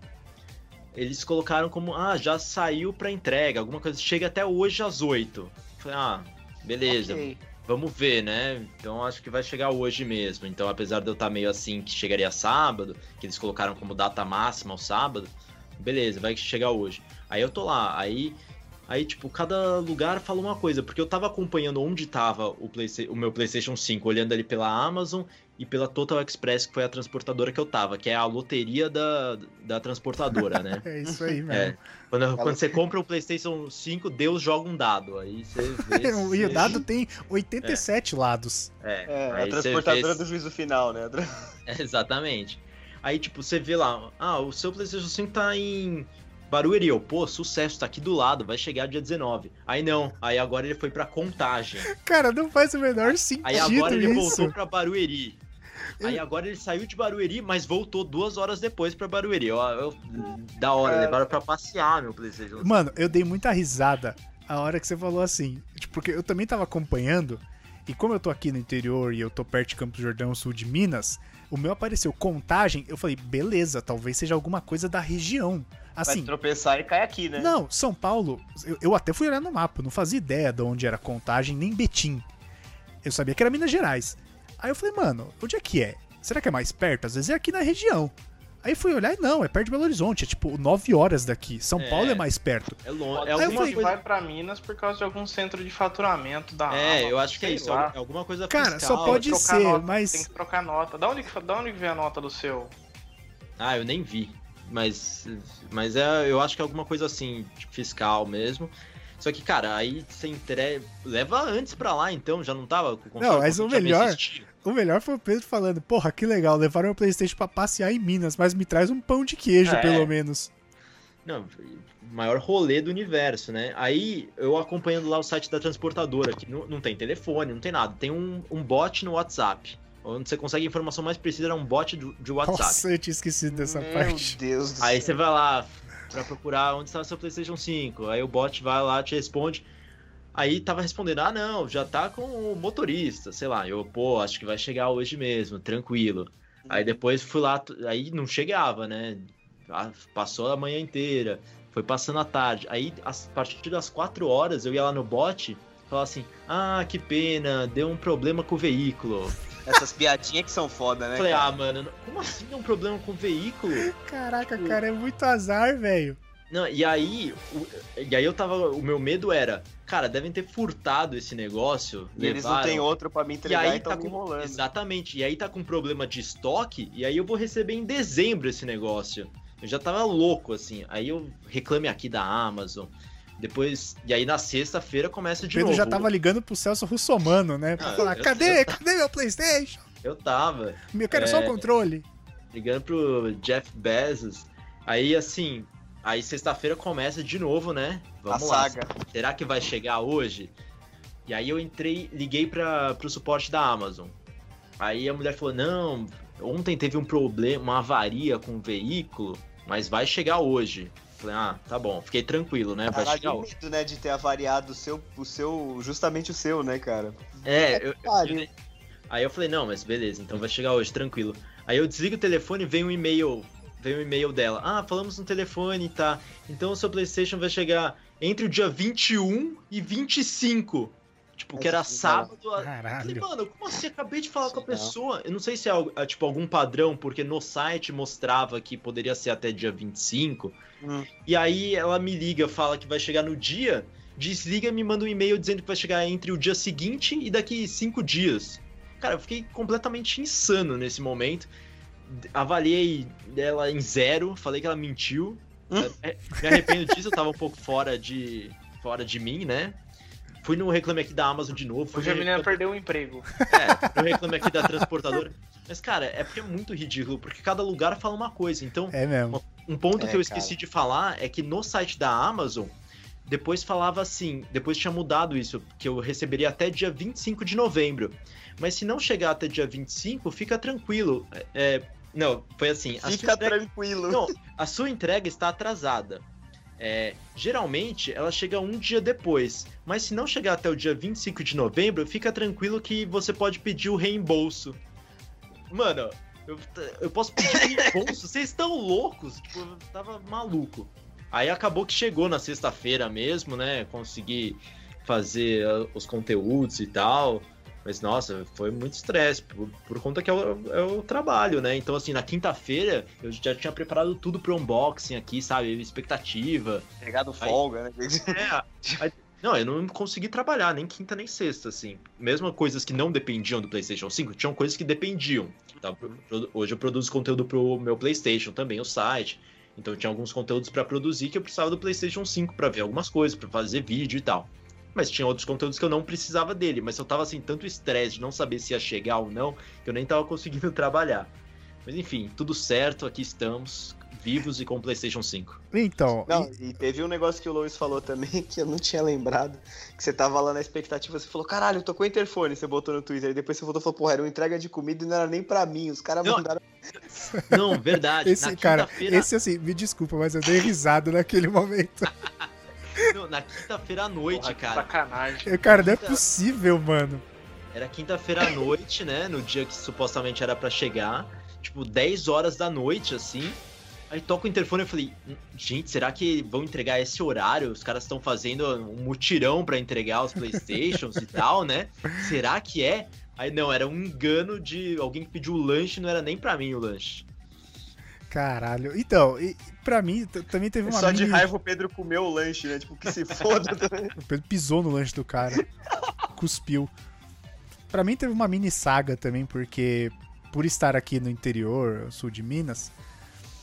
eles colocaram como, já saiu pra entrega, alguma coisa, chega até hoje às 8. Falei, beleza, Ok. vamos ver, né? Então acho que vai chegar hoje mesmo. Então, apesar de eu estar meio assim, que chegaria sábado, que eles colocaram como data máxima o sábado, beleza, vai chegar hoje. Aí eu tô lá, aí tipo, cada lugar fala uma coisa, porque eu tava acompanhando onde tava o meu PlayStation 5, olhando ali pela Amazon e pela Total Express, que foi a transportadora que eu tava, que é a loteria da transportadora, né? É isso aí mesmo. Quando você compra o PlayStation 5, Deus joga um dado, aí você vê... E o dado tem 87 lados. A aí você transportadora vê- do juízo final, né? Exatamente. Aí, tipo, você vê lá, o seu PlayStation 5 tá em Barueri. Pô, sucesso, tá aqui do lado, vai chegar dia 19. Aí não, aí agora ele foi pra Contagem. Cara, não faz o menor sentido Aí agora ele isso. voltou pra Barueri. Aí agora ele saiu de Barueri, mas voltou 2 horas depois pra Barueri. Da hora, levaram pra passear meu PlayStation 5. Mano, eu dei muita risada a hora que você falou assim. Tipo, porque eu também tava acompanhando. E como eu tô aqui no interior e eu tô perto de Campos do Jordão, sul de Minas, o meu apareceu Contagem. Eu falei, beleza, talvez seja alguma coisa da região. Vai Assim, tropeçar e cai aqui, né? não, São Paulo, eu até fui olhar no mapa, não fazia ideia de onde era Contagem, nem Betim. Eu sabia que era Minas Gerais. Aí eu falei, mano, onde é que é? Será que é mais perto? Às vezes é aqui na região. Aí fui olhar e não, é perto de Belo Horizonte, é tipo 9 horas daqui. São Paulo é mais perto. É longe. Pode É ser alguma que coisa. vai pra Minas por causa de algum centro de faturamento da Eu acho que é sei isso. lá. É alguma coisa Cara, fiscal. só pode Trocar ser, nota, mas- Tem que trocar nota. Da onde que vem a nota do seu? Eu nem vi. Mas eu acho que é alguma coisa assim, tipo, fiscal mesmo. Só que, cara, aí você entrega. Leva antes pra lá, então, já não tava com o console. Não, mas o já me melhor- assistia. O melhor foi o Pedro falando, porra, que legal, levaram o PlayStation pra passear em Minas, mas me traz um pão de queijo, É. pelo menos. Não, maior rolê do universo, né? Aí, eu acompanhando lá o site da transportadora, que não tem telefone, não tem nada. Tem um bot no WhatsApp. Onde você consegue a informação mais precisa, era um bot de WhatsApp. Nossa, eu tinha esquecido dessa parte. Meu Deus do céu. Aí você vai lá pra procurar onde está o seu PlayStation 5. Aí o bot vai lá, te responde. Aí tava respondendo, não, já tá com o motorista, sei lá. Eu, acho que vai chegar hoje mesmo, tranquilo. Aí depois fui lá, aí não chegava, né? Passou a manhã inteira, foi passando a tarde. Aí, a partir das 4 horas, eu ia lá no bot e falava assim, que pena, deu um problema com o veículo. Essas piadinhas que são foda, né? Falei, cara? mano, como assim deu um problema com o veículo? Caraca, cara, é muito azar, velho. Não, e aí eu tava, o meu medo era, cara, devem ter furtado esse negócio, E eles não têm outro pra me entregar e tão me enrolando. Exatamente, e aí tá com problema de estoque, e aí eu vou receber em dezembro esse negócio. Eu já tava louco, assim, aí eu reclame aqui da Amazon, depois, e aí na sexta-feira começa de Pedro novo. já tava ligando pro Celso Russomano, né? Pra falar, cadê meu PlayStation? Eu tava. Eu quero só o controle. Ligando pro Jeff Bezos, aí assim... Aí sexta-feira começa de novo, né? Vamos lá. saga. Será que vai chegar hoje? E aí eu liguei pro suporte da Amazon. Aí a mulher falou, não, ontem teve um problema, uma avaria com o veículo, mas vai chegar hoje. Falei, tá bom, fiquei tranquilo, né? Vai chegar hoje. Medo, né, de ter avariado justamente o seu, né, cara? Aí eu falei, não, mas beleza, então vai chegar hoje, tranquilo. Aí eu desligo o telefone e vem um e-mail dela. Falamos no telefone, tá? Então o seu PlayStation vai chegar entre o dia 21 e 25. Tipo, que era sábado. Caralho. Falei, mano, como assim? Acabei de falar com a pessoa. Eu não sei se é tipo algum padrão, porque no site mostrava que poderia ser até dia 25. E aí ela me liga, fala que vai chegar no dia, desliga e me manda um e-mail dizendo que vai chegar entre o dia seguinte e daqui 5 dias. Cara, eu fiquei completamente insano nesse momento. Avaliei ela em 0, falei que ela mentiu. Me arrependo disso, eu tava um pouco fora de mim, né? Fui no Reclame Aqui da Amazon de novo. Hoje a menina perdeu o emprego. No Reclame Aqui da transportadora. Mas, cara, é porque é muito ridículo, porque cada lugar fala uma coisa. Então, é mesmo. Um ponto que eu esqueci de falar é que no site da Amazon, depois falava assim, depois tinha mudado isso, que eu receberia até dia 25 de novembro. Mas se não chegar até dia 25, fica tranquilo. Não, foi assim. Tranquilo. Não, a sua entrega está atrasada. Geralmente, ela chega um dia depois. Mas se não chegar até o dia 25 de novembro, fica tranquilo que você pode pedir o reembolso. Mano, eu posso pedir reembolso? Vocês estão loucos? Tipo, eu tava maluco. Aí acabou que chegou na sexta-feira mesmo, né? Consegui fazer os conteúdos e tal. Mas, nossa, foi muito estresse, por conta que é o trabalho, né? Então, assim, na quinta-feira, eu já tinha preparado tudo pro unboxing aqui, sabe? Expectativa. Pegado folga, né? Não, eu não consegui trabalhar, nem quinta, nem sexta, assim. Mesmo coisas que não dependiam do PlayStation 5, tinham coisas que dependiam. Tá? Hoje eu produzo conteúdo pro meu PlayStation também, o site. Então, tinha alguns conteúdos pra produzir que eu precisava do PlayStation 5 pra ver algumas coisas, pra fazer vídeo e tal. Mas tinha outros conteúdos que eu não precisava dele. Mas eu tava, assim, tanto estresse de não saber se ia chegar ou não, que eu nem tava conseguindo trabalhar. Mas, enfim, tudo certo, aqui estamos, vivos e com o PlayStation 5. Então... E teve um negócio que o Lois falou também, que eu não tinha lembrado, que você tava lá na expectativa, você falou, caralho, tocou interfone, você botou no Twitter, e depois você voltou e falou, porra, era uma entrega de comida e não era nem pra mim, os caras mandaram... Não, verdade. Esse, assim, me desculpa, mas eu dei risada naquele momento. Não, na quinta-feira à noite, porra, cara. Sacanagem. Cara, não é possível, mano. Era quinta-feira à noite, né? No dia que supostamente era pra chegar. Tipo, 10 horas da noite, assim. Aí toca o interfone e eu falei, gente, será que vão entregar esse horário? Os caras estão fazendo um mutirão pra entregar os Playstations e tal, né? Será que é? Aí não, era um engano de alguém que pediu o lanche, não era nem pra mim o lanche. Caralho. Então, pra mim, também teve uma Só de raiva o Pedro comeu o lanche, né? Tipo, que se foda também. O Pedro pisou no lanche do cara. Cuspiu. Pra mim teve uma mini saga também, porque por estar aqui no interior, sul de Minas,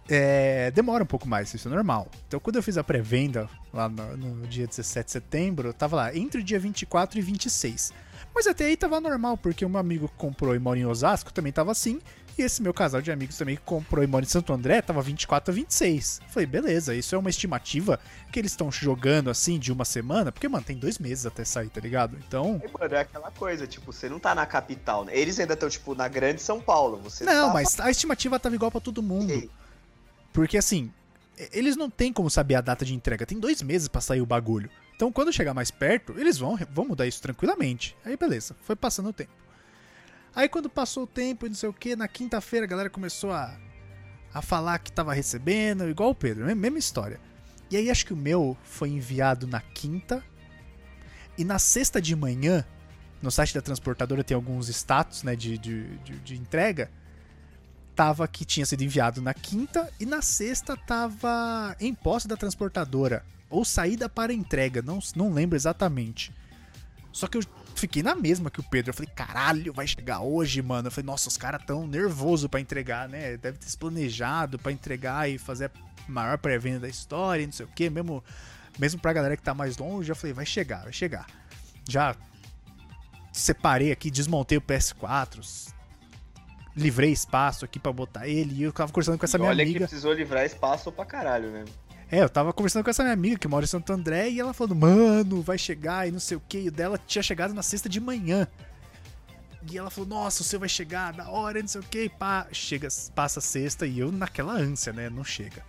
demora um pouco mais, isso é normal. Então, quando eu fiz a pré-venda lá no dia 17 de setembro, eu tava lá entre o dia 24 e 26. Mas até aí tava normal, porque um amigo que comprou e mora em Osasco também tava assim, e esse meu casal de amigos também que comprou e mora em Santo André tava 24 a 26. Falei, beleza, isso é uma estimativa que eles estão jogando assim de uma semana, porque, mano, tem 2 meses até sair, tá ligado? Então... Mano, é aquela coisa, tipo, você não tá na capital, né? Eles ainda estão, tipo, na grande São Paulo. Você Não, tá... mas a estimativa tava igual pra todo mundo. Ei. Porque, assim, eles não têm como saber a data de entrega. Tem 2 meses pra sair o bagulho. Então, quando chegar mais perto, eles vão mudar isso tranquilamente. Aí, beleza. Foi passando o tempo. Aí, quando passou o tempo e não sei o que, na quinta-feira a galera começou a falar que tava recebendo, igual o Pedro. Mesma história. E aí, acho que o meu foi enviado na quinta. E na sexta de manhã, no site da transportadora tem alguns status, né, de entrega. Tava que tinha sido enviado na quinta e na sexta tava em posse da transportadora. Ou saída para entrega, não lembro exatamente. Só que eu fiquei na mesma que o Pedro. Eu falei, caralho, vai chegar hoje, mano. Eu falei, nossa, os caras tão nervosos pra entregar, né? Deve ter se planejado pra entregar e fazer a maior pré-venda da história, não sei o que. Mesmo pra galera que tá mais longe, eu falei, vai chegar. Já separei aqui, desmontei o PS4, livrei espaço aqui pra botar ele. E eu tava conversando com essa minha Olha amiga. que precisou livrar espaço pra caralho, né? Eu tava conversando com essa minha amiga que mora em Santo André e ela falando, mano, vai chegar e não sei o que. E o dela tinha chegado na sexta de manhã. E ela falou, nossa, o seu vai chegar da hora, não sei o que. Passa a sexta e eu naquela ânsia, né? Não chega.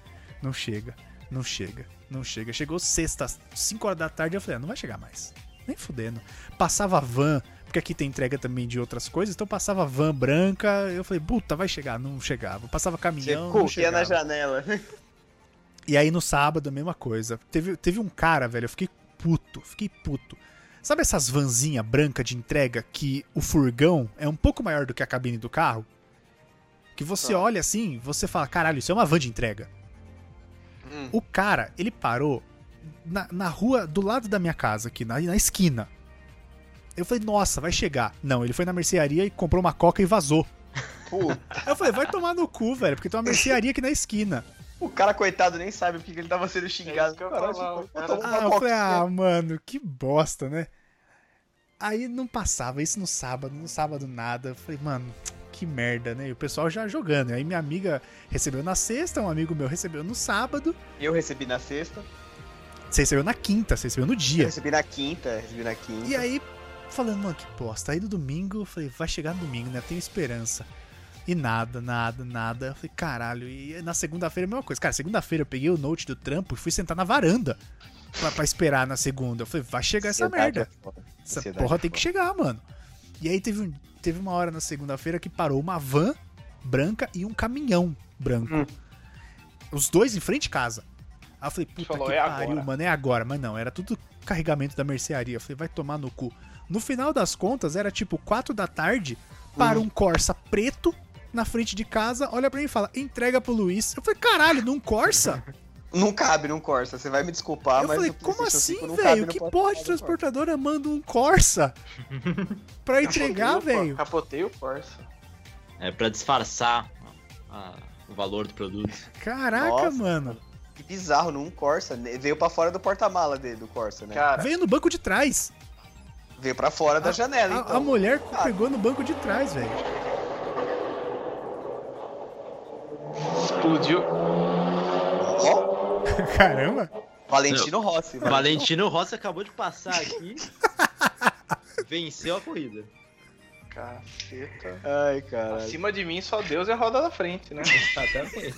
Chegou sexta, 5 horas da tarde, eu falei, não vai chegar mais. Nem fudendo. Passava van, porque aqui tem entrega também de outras coisas, então passava van branca, eu falei, puta, vai chegar. Não chegava. Passava caminhão, Você não chegava. na janela. E aí no sábado a mesma coisa. Teve um cara, velho, eu fiquei puto. Sabe essas vanzinhas brancas de entrega que o furgão é um pouco maior do que a cabine do carro? Que você olha assim, você fala, caralho, isso é uma van de entrega. O cara, ele parou na rua do lado da minha casa, aqui, na esquina. Eu falei, nossa, vai chegar. Não, ele foi na mercearia e comprou uma coca e vazou. Puta. Eu falei, vai tomar no cu, velho, porque tem uma mercearia aqui na esquina. O cara, coitado, nem sabe porque ele tava sendo xingado. Eu falei, mano, que bosta, né? Aí não passava, isso no sábado nada. Eu falei, mano, que merda, né? E o pessoal já jogando. Aí minha amiga recebeu na sexta, um amigo meu recebeu no sábado. Eu recebi na sexta. Você recebeu na quinta, você recebeu no dia. Eu recebi na quinta. E aí, falando, mano, que bosta. Aí no domingo, eu falei, vai chegar no domingo, né? Tenho esperança. E nada. Eu falei, caralho. E na segunda-feira a mesma coisa. Cara, segunda-feira eu peguei o note do trampo e fui sentar na varanda pra esperar na segunda. Eu falei, vai chegar essa merda. Essa porra tem que chegar, mano. E aí teve uma hora na segunda-feira que parou uma van branca e um caminhão branco. Os dois em frente de casa. Aí eu falei, puta Falou, que é pariu, agora. mano, é agora. Mas não, era tudo carregamento da mercearia. Eu falei, vai tomar no cu. No final das contas, era tipo 4 da tarde para um Corsa preto na frente de casa, olha pra mim e fala, entrega pro Luiz. Eu falei, caralho, num Corsa? Não cabe num Corsa, você vai me desculpar, Eu mas... falei, o como PlayStation 5 assim, não cabe velho? no Que Corsa, porra não de cabe no transportadora manda um Corsa pra entregar, velho? Capotei o Corsa. É pra disfarçar o valor do produto. Caraca, Nossa, mano. Que bizarro, num Corsa. Veio pra fora do porta-mala do Corsa, né? Cara, Veio no banco de trás. Veio pra fora da janela, então. A mulher pegou no banco de trás, velho. explodiu. Ó, Caramba. Valentino Rossi. Valentino Rossi acabou de passar aqui. Venceu a corrida. Caceta. Ai, caralho. Acima de mim só Deus e a roda da frente, né? Exatamente.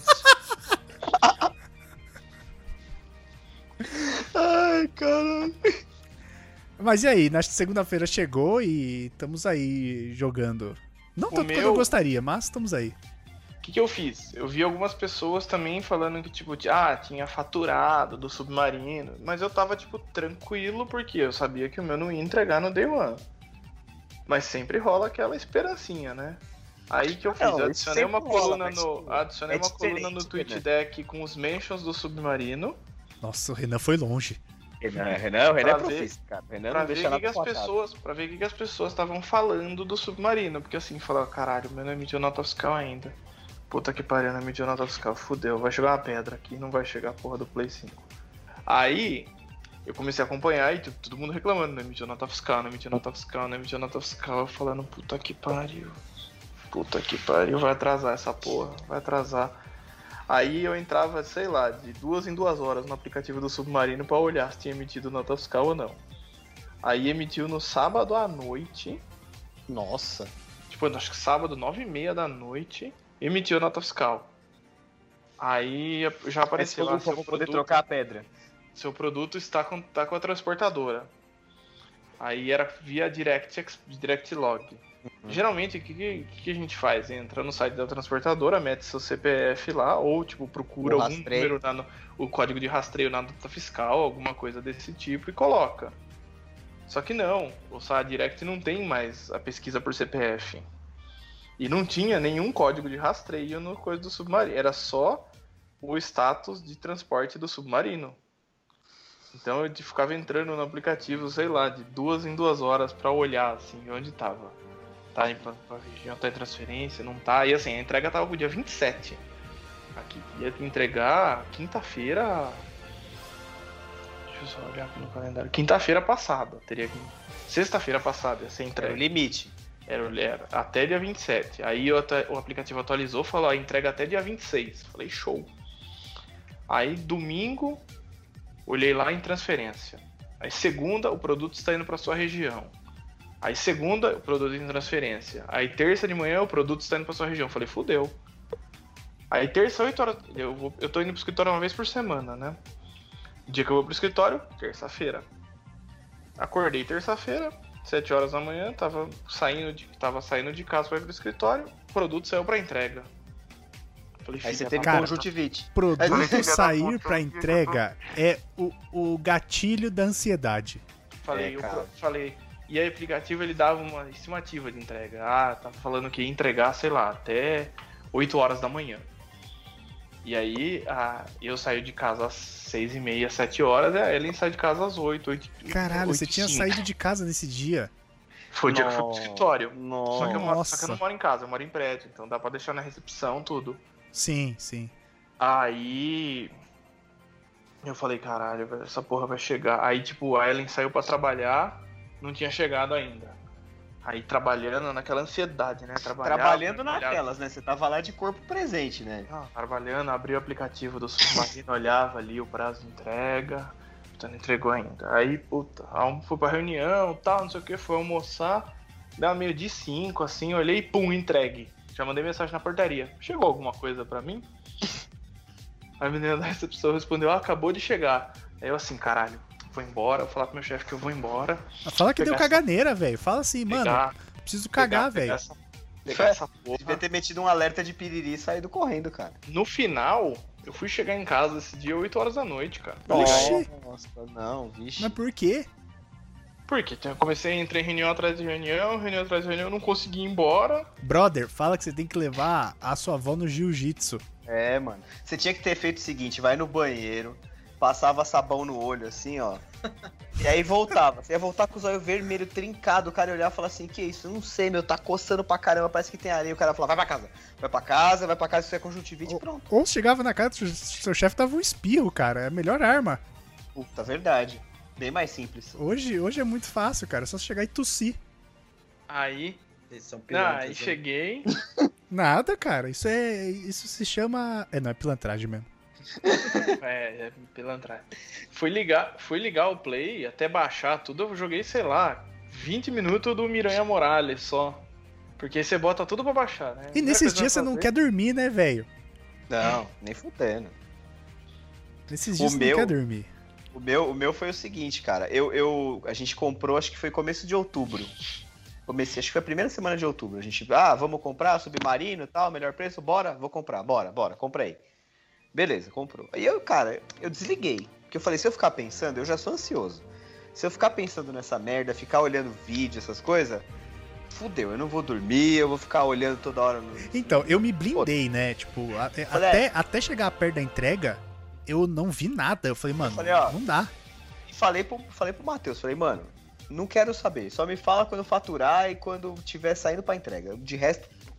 Ai, caralho. Mas e aí, na segunda-feira chegou e estamos aí jogando. Não tanto quanto eu meu- gostaria, mas estamos aí. O que eu fiz? Eu vi algumas pessoas também falando que, tipo, tinha faturado do Submarino, mas eu tava, tipo, tranquilo, porque eu sabia que o meu não ia entregar no Day One. Mas sempre rola aquela esperancinha, né? Aí que eu fiz, Não, eu isso adicionei uma sempre rola, coluna mas, no. tipo, Adicionei é uma coluna no diferente, Twitch né? Deck com os mentions do Submarino. Nossa, o Renan foi longe. Renan é Pra profissa, cara. Renan Pra não ver deixa o nada que as placado. pessoas. Pra ver o que as pessoas estavam falando do Submarino. Porque assim, falaram, caralho, o meu não emitiu nota fiscal ainda. Puta que pariu, não emitiu nota fiscal. Fudeu, vai chegar uma pedra aqui, não vai chegar a porra do Play 5. Aí, eu comecei a acompanhar e tipo, todo mundo reclamando, não emitiu nota fiscal, não emitiu nota fiscal, não emitiu nota fiscal. Eu falando, puta que pariu, vai atrasar essa porra, vai atrasar. Aí eu entrava, sei lá, de 2 em 2 horas no aplicativo do Submarino pra olhar se tinha emitido nota fiscal ou não. Aí emitiu no sábado à noite. Nossa. Tipo, acho que sábado, 9h30 da noite, emitiu nota fiscal. Aí já apareceu lá, seu produto, poder trocar a pedra. Seu produto tá com a transportadora. Aí era via Direct Log. Geralmente, o que a gente faz? Entra no site da transportadora, mete seu CPF lá, ou tipo, procura algum número, o código de rastreio na nota fiscal, alguma coisa desse tipo, e coloca. Só que não, o SAA Direct não tem mais a pesquisa por CPF. E não tinha nenhum código de rastreio no coisa do submarino, era só o status de transporte do submarino. Então eu ficava entrando no aplicativo, sei lá, de 2 em 2 horas pra olhar, assim, onde tava. Tá em região, tá em transferência, não tá. E assim, a entrega tava pro dia 27. Aqui ia entregar quinta-feira. Deixa eu só olhar aqui no calendário. Quinta-feira passada, teria que. Sexta-feira passada ia ser entrega. Era o limite. Era até dia 27. Aí o aplicativo atualizou, falou, entrega até dia 26. Falei, show. Aí domingo, olhei lá em transferência. Aí segunda, o produto está indo para sua região. Aí segunda, o produto em transferência. Aí terça de manhã, o produto está indo para sua região. Falei, fudeu. Aí terça, 8 horas. Eu tô indo pro escritório uma vez por semana, né? O dia que eu vou pro escritório, terça-feira. Acordei terça-feira, 7 horas da manhã, tava saindo de casa para ir pro escritório, o produto saiu para entrega. Falei, aí você teve conjuntivite. Produto sair para entrega é o gatilho da ansiedade. Falei. E aí o aplicativo ele dava uma estimativa de entrega. Tava falando que ia entregar, sei lá, até 8 horas da manhã. E aí eu saí de casa às 6h30, 7 horas, e a Ellen saiu de casa às 8. Caralho, 8, você tinha saído de casa nesse dia? Foi o dia que eu fui pro escritório. Nossa. Só que eu não moro em casa, eu moro em prédio, então dá pra deixar na recepção tudo. Sim, sim. Aí eu falei, caralho, essa porra vai chegar. Aí tipo, a Ellen saiu pra trabalhar, não tinha chegado ainda. Aí trabalhando naquela ansiedade, né? Trabalhando naquelas, né? Você tava lá de corpo presente, né? Trabalhando, abri o aplicativo do Submarino, olhava ali o prazo de entrega, então não entregou ainda. Aí, fui pra reunião e tal, não sei o que, fui almoçar, dava meio de 5, assim, olhei e pum, entregue. Já mandei mensagem na portaria. Chegou alguma coisa pra mim? A menina da recepção respondeu, acabou de chegar. Aí eu assim, caralho. Vou embora, vou falar pro meu chefe que eu vou embora. Fala que deu caganeira, velho. Fala assim, mano, preciso cagar, velho. Pegar essa porra. Devia ter metido um alerta de piriri e saído correndo, cara. No final, eu fui chegar em casa esse dia 8 horas da noite, cara. Oxi. Nossa, não, vixe. Mas por quê? Porque eu comecei a entrar em reunião atrás de reunião atrás de reunião, não consegui ir embora. Brother, fala que você tem que levar a sua avó no jiu-jitsu. É, mano. Você tinha que ter feito o seguinte, vai no banheiro, passava sabão no olho, assim, ó. E aí voltava. Você ia voltar com os olhos vermelhos, trincado. O cara ia olhar e falar assim, que isso? Eu não sei, meu, tá coçando pra caramba, parece que tem areia. O cara ia falar, vai pra casa, isso é conjuntivite e pronto. Ou chegava na casa do seu chefe, dava um espirro, cara. É a melhor arma. Puta, verdade. Bem mais simples. Hoje é muito fácil, cara. É só chegar e tossir. Aí... São pilantras, aí cheguei... Nada, cara. Isso se chama... Não, é pilantragem mesmo. É pilantragem. Fui ligar o Play, até baixar tudo, eu joguei, sei lá, 20 minutos do Miranha Morales só. Porque você bota tudo pra baixar, né? E nesses dias você não quer dormir, né, velho? Não, nem fudendo. Nesses dias você não quer dormir. O meu foi o seguinte, cara. A gente comprou, acho que foi começo de outubro. Acho que foi a primeira semana de outubro. A gente, vamos comprar Submarino e tal, melhor preço, bora? Vou comprar, bora, comprei. Beleza, comprou. Aí eu desliguei. Porque eu falei, se eu ficar pensando, eu já sou ansioso. Se eu ficar pensando nessa merda, ficar olhando vídeo, essas coisas, fudeu, eu não vou dormir, eu vou ficar olhando toda hora no... Então, eu me blindei, né? Tipo, até chegar perto da entrega, eu não vi nada. Eu falei, mano, não dá. Falei pro Matheus, falei, mano, não quero saber. Só me fala quando faturar e quando tiver saindo pra entrega. De resto,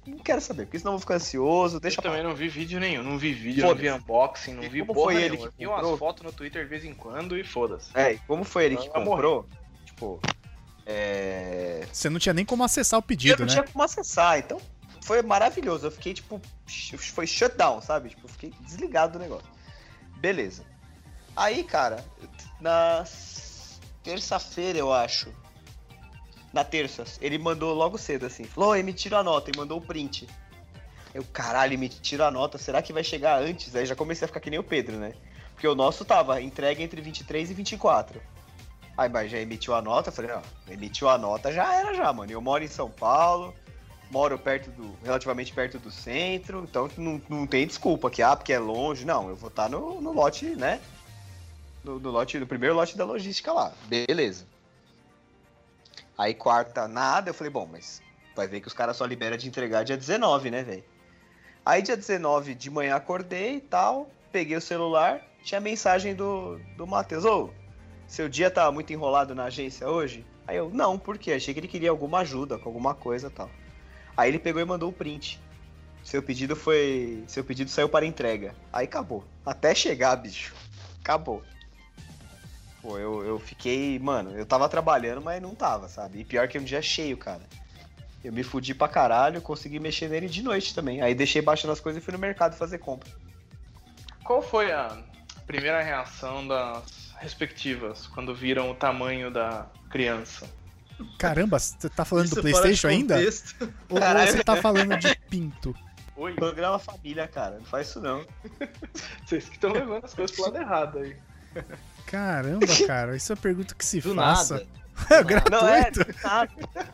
não quero saber, porque senão eu vou ficar ansioso, deixa Eu também pra... não vi vídeo nenhum, não vi vídeo, não vi unboxing, não E vi como porra foi ele nenhuma. que Vi comprou? umas fotos no Twitter de vez em quando e foda-se. E como foi ele que Vai comprou, tipo, Você não tinha nem como acessar o eu pedido, não né? tinha como acessar, então foi maravilhoso. Eu fiquei, tipo, foi shutdown, sabe? Tipo, eu fiquei desligado do negócio. Beleza. Aí, cara, na terça-feira, eu acho. Na terça, ele mandou logo cedo, assim. Falou, emitiram a nota, e mandou o print. Eu, caralho, emitiram a nota, será que vai chegar antes? Aí já comecei a ficar que nem o Pedro, né? Porque o nosso tava entregue entre 23 e 24. Aí, mas já emitiu a nota, eu falei, não, emitiu a nota, já era já, mano. Eu moro em São Paulo, moro relativamente perto do centro, então não tem desculpa que, porque é longe. Não, eu vou estar no lote, né? No primeiro lote da logística lá. Beleza. Aí quarta, nada, eu falei, bom, mas vai ver que os caras só liberam de entregar dia 19, né, velho? Aí dia 19 de manhã acordei e tal, peguei o celular, tinha mensagem do Matheus, ô, seu dia tá muito enrolado na agência hoje? Aí eu, não, por quê? Achei que ele queria alguma ajuda com alguma coisa e tal. Aí ele pegou e mandou o print. Seu pedido saiu para entrega. Aí acabou. Até chegar, bicho. Acabou. Pô, eu fiquei, mano, eu tava trabalhando, mas não tava, sabe? E pior que um dia cheio, cara. Eu me fudi pra caralho, consegui mexer nele de noite também. Aí deixei baixando as coisas e fui no mercado fazer compra. Qual foi a primeira reação das respectivas quando viram o tamanho da criança? Caramba, você tá falando Isso do fora de PlayStation ainda? contexto. Ou Caralho. você tá falando de pinto? Oi? Programa família, cara. Não faz isso não. Vocês que estão levando as coisas pro lado errado aí. Caramba, cara, isso é uma pergunta que se Do faça. nada. É Não, gratuito. nada.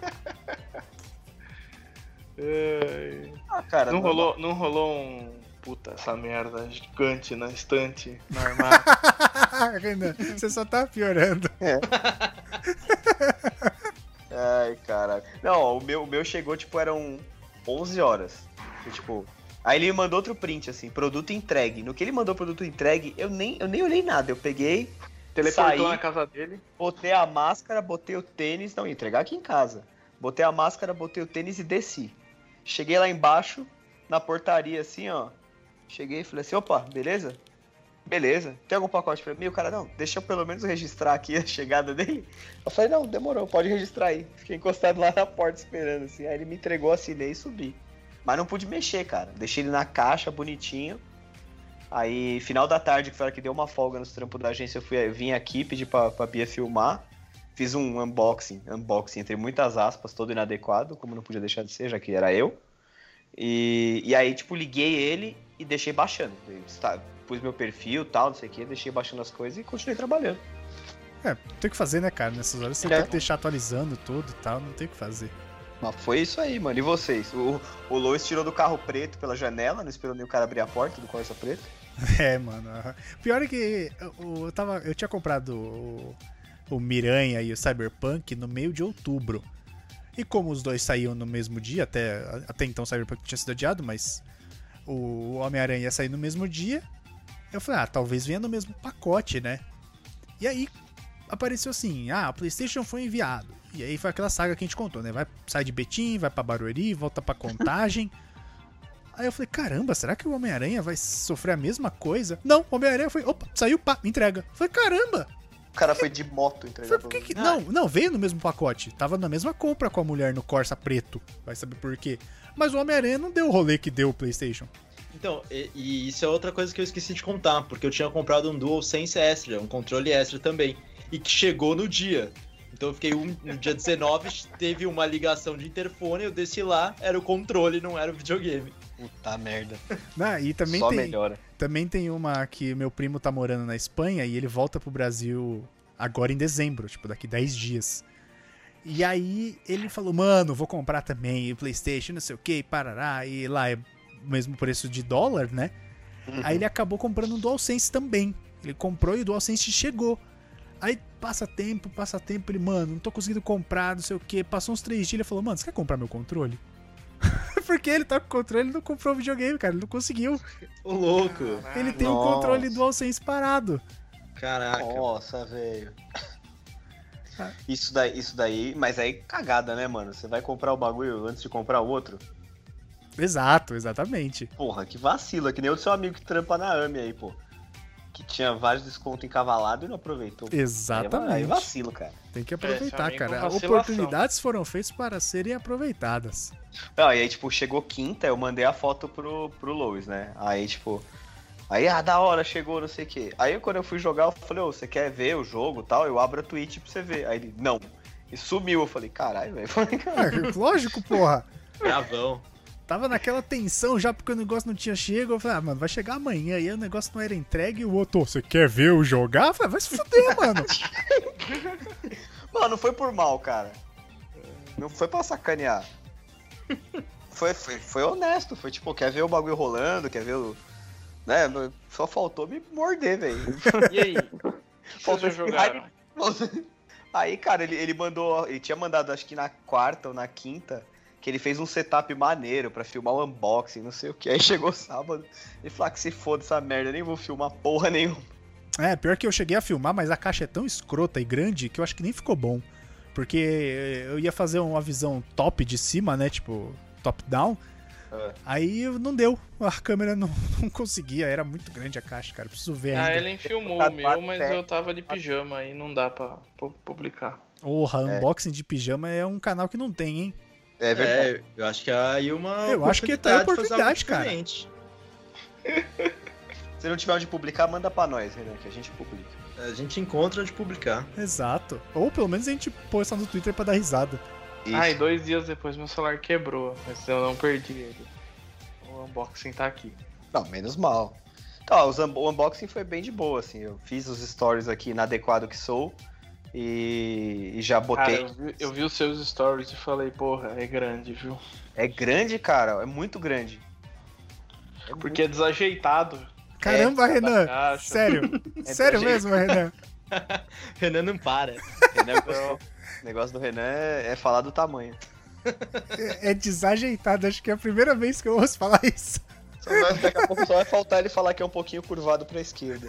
Ah, cara, Não rolou um... Puta, essa merda gigante na estante, no armário. Renan, você só tá piorando. Ai, caralho. Não, o meu chegou, tipo, eram 11 horas. E, tipo, aí ele me mandou outro print, assim, produto entregue. No que ele mandou produto entregue, eu nem olhei nada. Eu peguei, Teleportou saí, na casa dele. botei a máscara, botei o tênis. Não, ia entregar aqui em casa. Botei a máscara, botei o tênis e desci. Cheguei lá embaixo, na portaria, assim, ó. Cheguei e falei assim, opa, beleza? Beleza. Tem algum pacote pra mim? O cara, não, deixa eu pelo menos registrar aqui a chegada dele. Eu falei, não, demorou, pode registrar aí. Fiquei encostado lá na porta esperando, assim. Aí ele me entregou, assinei e subi. Mas não pude mexer, cara. Deixei ele na caixa, bonitinho. Aí, final da tarde, que foi a hora que deu uma folga nos trampos da agência, eu vim aqui, pedi pra Bia filmar. Fiz um unboxing, entre muitas aspas, todo inadequado, como não podia deixar de ser, já que era eu. E aí, tipo, liguei ele e deixei baixando. Pus meu perfil e tal, não sei o que, deixei baixando as coisas e continuei trabalhando. É, tem o que fazer, né, cara? Nessas horas você tem que deixar atualizando tudo e tal, não tem o que fazer. Mas foi isso aí, mano. E vocês? O Lois tirou do carro preto pela janela, não esperou nem o cara abrir a porta do Corsa preto. É, mano. Pior é que eu tinha comprado o Miranha e o Cyberpunk no meio de outubro. E como os dois saíam no mesmo dia, até então o Cyberpunk tinha sido adiado, mas o Homem-Aranha ia sair no mesmo dia, eu falei, talvez venha no mesmo pacote, né? E aí apareceu assim, a PlayStation foi enviado. E aí foi aquela saga que a gente contou, né? Sai de Betim, vai pra Barueri, volta pra Contagem. Aí eu falei, caramba, será que o Homem-Aranha vai sofrer a mesma coisa? Não, o Homem-Aranha foi, opa, saiu, pá, entrega. Eu falei, caramba! O cara foi de moto entregar Por que Não, veio no mesmo pacote. Tava na mesma compra com a mulher no Corsa preto. Vai saber por quê. Mas o Homem-Aranha não deu o rolê que deu o PlayStation. Então, e isso é outra coisa que eu esqueci de contar, porque eu tinha comprado um DualSense Extra, um controle extra também, e que chegou no dia. Então eu fiquei no dia 19, teve uma ligação de interfone, eu desci lá, era o controle, não era o videogame. Puta merda. E também Só melhora. Também tem uma que meu primo tá morando na Espanha e ele volta pro Brasil agora em dezembro, tipo, daqui 10 dias. E aí ele falou, mano, vou comprar também o PlayStation, não sei o que, parará, e lá é o mesmo preço de dólar, né? Uhum. Aí ele acabou comprando um DualSense também. Ele comprou e o DualSense chegou. Aí passa tempo, ele, mano, não tô conseguindo comprar, não sei o que. Passou uns 3 dias, ele falou, mano, você quer comprar meu controle? Porque ele tá com o controle, ele não comprou o videogame, cara, ele não conseguiu. Ô, louco! Ele tem um controle DualSense parado. Caraca. Nossa, velho. Isso daí, mas aí cagada, né, mano? Você vai comprar o bagulho antes de comprar o outro? Exato, exatamente. Porra, que vacilo. É que nem o seu amigo que trampa na AME aí, pô. Que tinha vários descontos encavalados e não aproveitou. Exatamente. Aí vacilo, cara. Tem que esse aproveitar, amigo cara. vacilação. Oportunidades foram feitas para serem aproveitadas. Não, e aí, tipo, chegou quinta, eu mandei a foto pro Lois, né? Aí, tipo... Aí, da hora, chegou, não sei o quê. Aí, quando eu fui jogar, eu falei, você quer ver o jogo e tal? Eu abro a Twitch pra você ver. Aí ele, não. E sumiu. Eu falei, caralho, velho. Lógico, porra. Gravão. Tava naquela tensão já porque o negócio não tinha chego. Eu falei, mano, vai chegar amanhã. E aí o negócio não era entregue. E o outro, você quer ver eu jogar? Eu falei, vai se fuder, mano. Mano, não foi por mal, cara. Não foi pra sacanear. Foi honesto. Foi tipo, quer ver o bagulho rolando, quer ver o... Né? Só faltou me morder, velho. E aí? Faltou jogar. Aí, cara, ele mandou... Ele tinha mandado, acho que na quarta ou na quinta, que ele fez um setup maneiro pra filmar o unboxing, não sei o que. Aí chegou sábado, ele falou que se foda essa merda, nem vou filmar porra nenhuma. É, pior que eu cheguei a filmar, mas a caixa é tão escrota e grande que eu acho que nem ficou bom. Porque eu ia fazer uma visão top de cima, né? Tipo, top-down. Aí não deu. A câmera não conseguia. Era muito grande a caixa, cara. Preciso ver A ainda. Ellen filmou o meu, mas eu tava de pijama aí não dá pra publicar. Porra, unboxing de pijama é um canal que não tem, hein? É verdade. Eu acho que é aí uma Eu acho que tá aí a de fazer algo oportunidade, cara. diferente. Se não tiver onde publicar, manda pra nós, Renan, que a gente publica. A gente encontra onde publicar. Exato. Ou pelo menos a gente posta no Twitter pra dar risada. Isso. Ah, e 2 dias depois meu celular quebrou, mas eu não perdi ele. O unboxing tá aqui. Não, menos mal. Então, o unboxing foi bem de boa, assim. Eu fiz os stories aqui inadequado que sou e já botei. Cara, eu vi os seus stories e falei, porra, é grande, viu? É grande, cara. É muito grande. Porque é desajeitado. Caramba, Renan. caixa. Sério. Sério pra mesmo, Renan. Renan não para. O negócio do Renan é falar do tamanho. É desajeitado. Acho que é a primeira vez que eu ouço falar isso. Daqui a pouco só vai faltar ele falar que é um pouquinho curvado pra esquerda.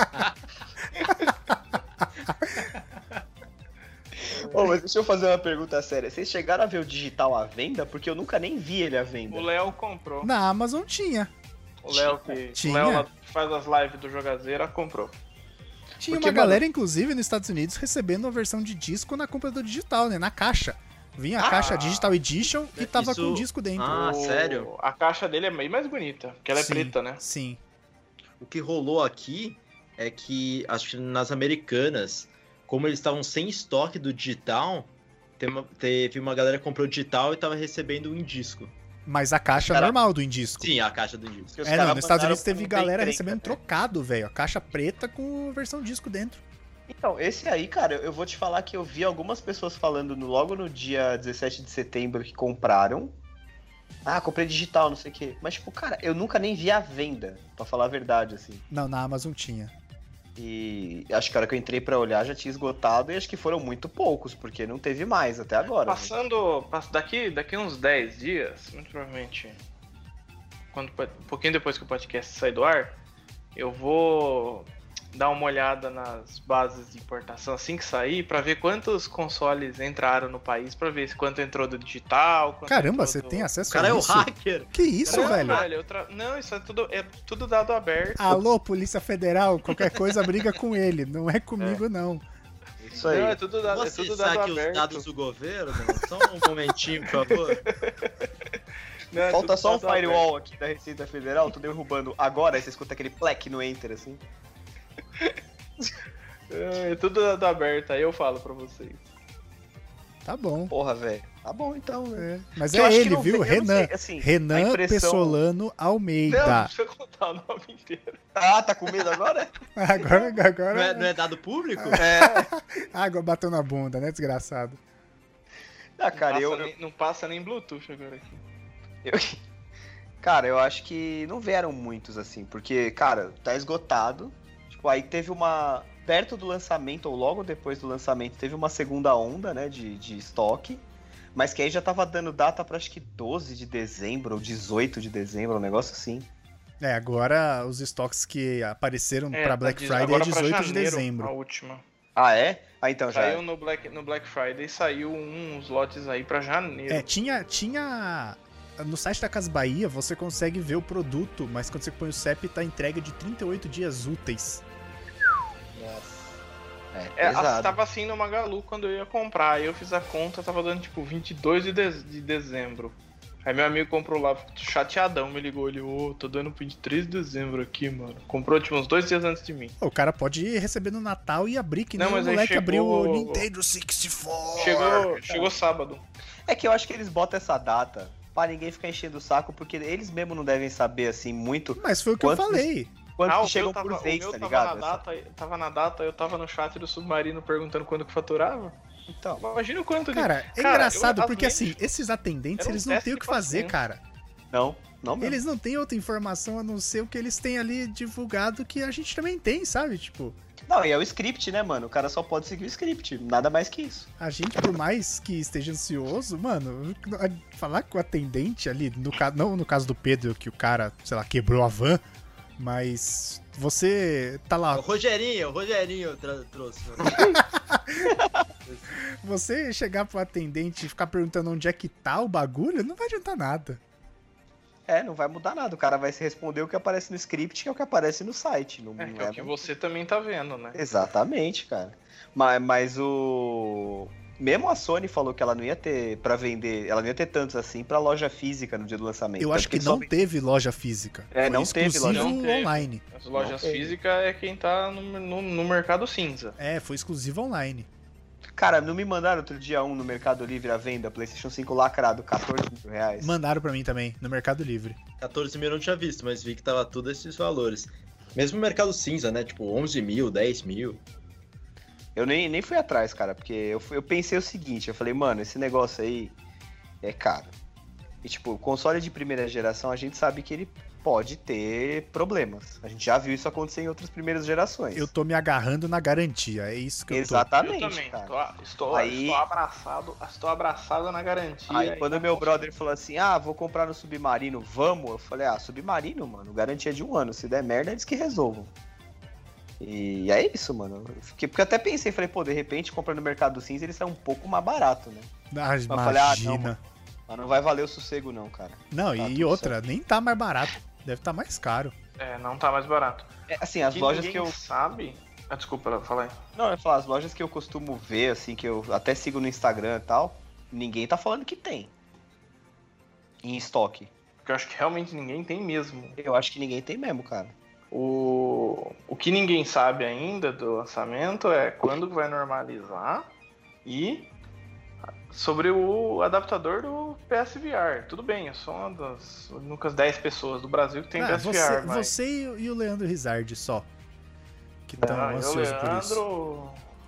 Ô, mas deixa eu fazer uma pergunta séria. Vocês chegaram a ver o digital à venda? Porque eu nunca nem vi ele à venda. O Léo comprou. Na Amazon tinha. O Léo que Tinha? o Léo lá que faz as lives do Jogazeira comprou. Tinha Porque, uma galera, inclusive, nos Estados Unidos, recebendo a versão de disco na compra do digital, né? Na caixa. Vinha a caixa Digital Edition e tava Isso- com o disco dentro. Ah, sério? A caixa dele é bem mais bonita, porque ela é Sim, preta, né? Sim. O que rolou aqui é que, acho que nas Americanas, como eles estavam sem estoque do digital, teve uma galera que comprou o digital e tava recebendo em disco. Mas a caixa Cara- normal do indisco. Sim, a caixa do disco. Porque os É, não, caras nos Estados mandaram Unidos teve com galera bem recebendo encrenca, né? trocado, velho. A caixa preta com versão disco dentro. Então, esse aí, cara, eu vou te falar que eu vi algumas pessoas falando logo no dia 17 de setembro que compraram. Ah, comprei digital, não sei o quê. Mas, tipo, cara, eu nunca nem vi a venda, pra falar a verdade, assim. Não, na Amazon tinha. E acho que a hora que eu entrei pra olhar já tinha esgotado e acho que foram muito poucos, porque não teve mais até agora. Daqui uns 10 dias, muito provavelmente, um pouquinho depois que o podcast sair do ar, eu vou dar uma olhada nas bases de importação assim que sair, pra ver quantos consoles entraram no país, pra ver quanto entrou do digital. Quanto Caramba, entrou você do... tem O acesso cara a é o isso? hacker. Que isso, Não, velho? Não, isso é tudo dado aberto. Alô, Polícia Federal, qualquer coisa briga com ele. Não é comigo, não. Isso aí. Não, é tudo dado Você dado sabe os aberto. dados do governo? Só um momentinho, por favor. Não, é Falta tudo só um dado firewall aqui da Receita Federal, tô derrubando agora, aí você escuta aquele plec no enter, assim. É tudo dado aberto, aí eu falo pra vocês. Tá bom. Porra, velho. Tá bom então, né? É. Mas Que eu é acho que ele, não viu? tem- eu não Renan. sei, assim, a Renan impressão- Pessolano Não, Almeida. deixa eu contar o nome inteiro. Ah, tá com medo agora? Agora. Não é dado público? Água bateu na bunda, né, desgraçado? Ah, cara, Não passa nem Bluetooth agora aqui. Cara, eu acho que não vieram muitos, assim, porque, cara, tá esgotado. Tipo, aí teve uma... Perto do lançamento, ou logo depois do lançamento, teve uma segunda onda, né, de estoque. Mas que aí já tava dando data pra acho que 12 de dezembro ou 18 de dezembro, um negócio assim. É, agora os estoques que apareceram pra Black Friday é agora pra 18 de janeiro, dezembro. A última. Ah, é? Ah, então já. Saiu no Black Friday, saiu uns lotes aí pra janeiro. É, tinha no site da Casas Bahia você consegue ver o produto, mas quando você põe o CEP tá entrega de 38 dias úteis. Pesado. Tava assim no Magalu quando eu ia comprar. Aí eu fiz a conta, tava dando tipo 22 de dezembro. Aí meu amigo comprou lá, chateadão, me ligou, ele, tô dando 23 de dezembro aqui, mano. Comprou tipo uns 2 dias antes de mim. O cara pode receber no Natal e abrir, que nem Não, o mas aí moleque abriu o chegou- Nintendo 64. Chegou sábado. É que eu acho que eles botam essa data pra ninguém ficar enchendo o saco, porque eles mesmo não devem saber, assim, muito Mas foi o que eu Quantos- falei. quanto o que chegam meu tava- por vez, o meu tá tava ligado? Na data, tava na data, eu tava no chat do Submarino perguntando quando que faturava. Então, Imagina o quanto Cara, é Cara, engraçado eu- porque às assim, vezes- esses atendentes, era um eles não teste têm o de que fazer, paciência. cara. não mesmo. Eles não têm outra informação a não ser o que eles têm ali divulgado que a gente também tem, sabe? Tipo, Não, e é o script, né, mano? O cara só pode seguir o script, nada mais que isso. a gente, por mais que esteja ansioso, mano, falar com o atendente ali, não no caso do Pedro, que o cara, sei lá, quebrou a van, mas você tá lá, O Rogerinho trouxe. você chegar pro atendente e ficar perguntando onde é que tá o bagulho, não vai adiantar nada. Não vai mudar nada. O cara vai se responder o que aparece no script, que é o que aparece no site. Não, É, não que é o que você também tá vendo, né? Exatamente, cara. Mas o. Mesmo a Sony falou que ela não ia ter pra vender, ela não ia ter tantos assim pra loja física no dia do lançamento. Eu acho que não teve loja física. É, Foi não teve exclusivo loja. Não teve. online. As lojas Não tem. físicas é quem tá no mercado cinza. É, foi exclusivo online. Cara, não me mandaram outro dia no Mercado Livre à venda, PlayStation 5 lacrado, 14 mil reais. Mandaram pra mim também, no Mercado Livre. 14 mil eu não tinha visto, mas vi que tava tudo esses valores. Mesmo o mercado cinza, né? Tipo, 11 mil, 10 mil. Eu nem fui atrás, cara, porque eu pensei o seguinte, eu falei, mano, esse negócio aí é caro. E tipo, o console de primeira geração, a gente sabe que ele pode ter problemas. A gente já viu isso acontecer em outras primeiras gerações. Eu tô me agarrando na garantia, é isso que eu tô. Exatamente, Eu também. cara. Estou Aí- abraçado na garantia. Aí quando tá meu bom. brother falou assim, vou comprar no Submarino, vamos? Eu falei, Submarino, mano, garantia de 1 ano. Se der merda, eles que resolvam. E é isso, mano. Porque eu até pensei, falei, pô, de repente, comprando no Mercado Cinza, ele sai um pouco mais barato, né? Ah, eu falei, imagina. não, mas não vai valer o sossego não, cara. Não, Tá e tudo outra, nem tá mais barato. Deve estar mais caro. É, não tá mais barato. Assim, as Que lojas que ninguém eu... sabe... desculpa, fala aí. Não, eu ia falar, as lojas que eu costumo ver, assim, que eu até sigo no Instagram e tal, ninguém tá falando que tem. Em estoque. Porque eu acho que realmente ninguém tem mesmo. Eu acho que ninguém tem mesmo, cara. O que ninguém sabe ainda do lançamento é quando vai normalizar e sobre o adaptador do PSVR. Tudo bem, eu sou uma das únicas 10 pessoas do Brasil que tem PSVR, mas... você e o Leandro Rizard só. Que estão eu, ansiosos por isso. Leandro,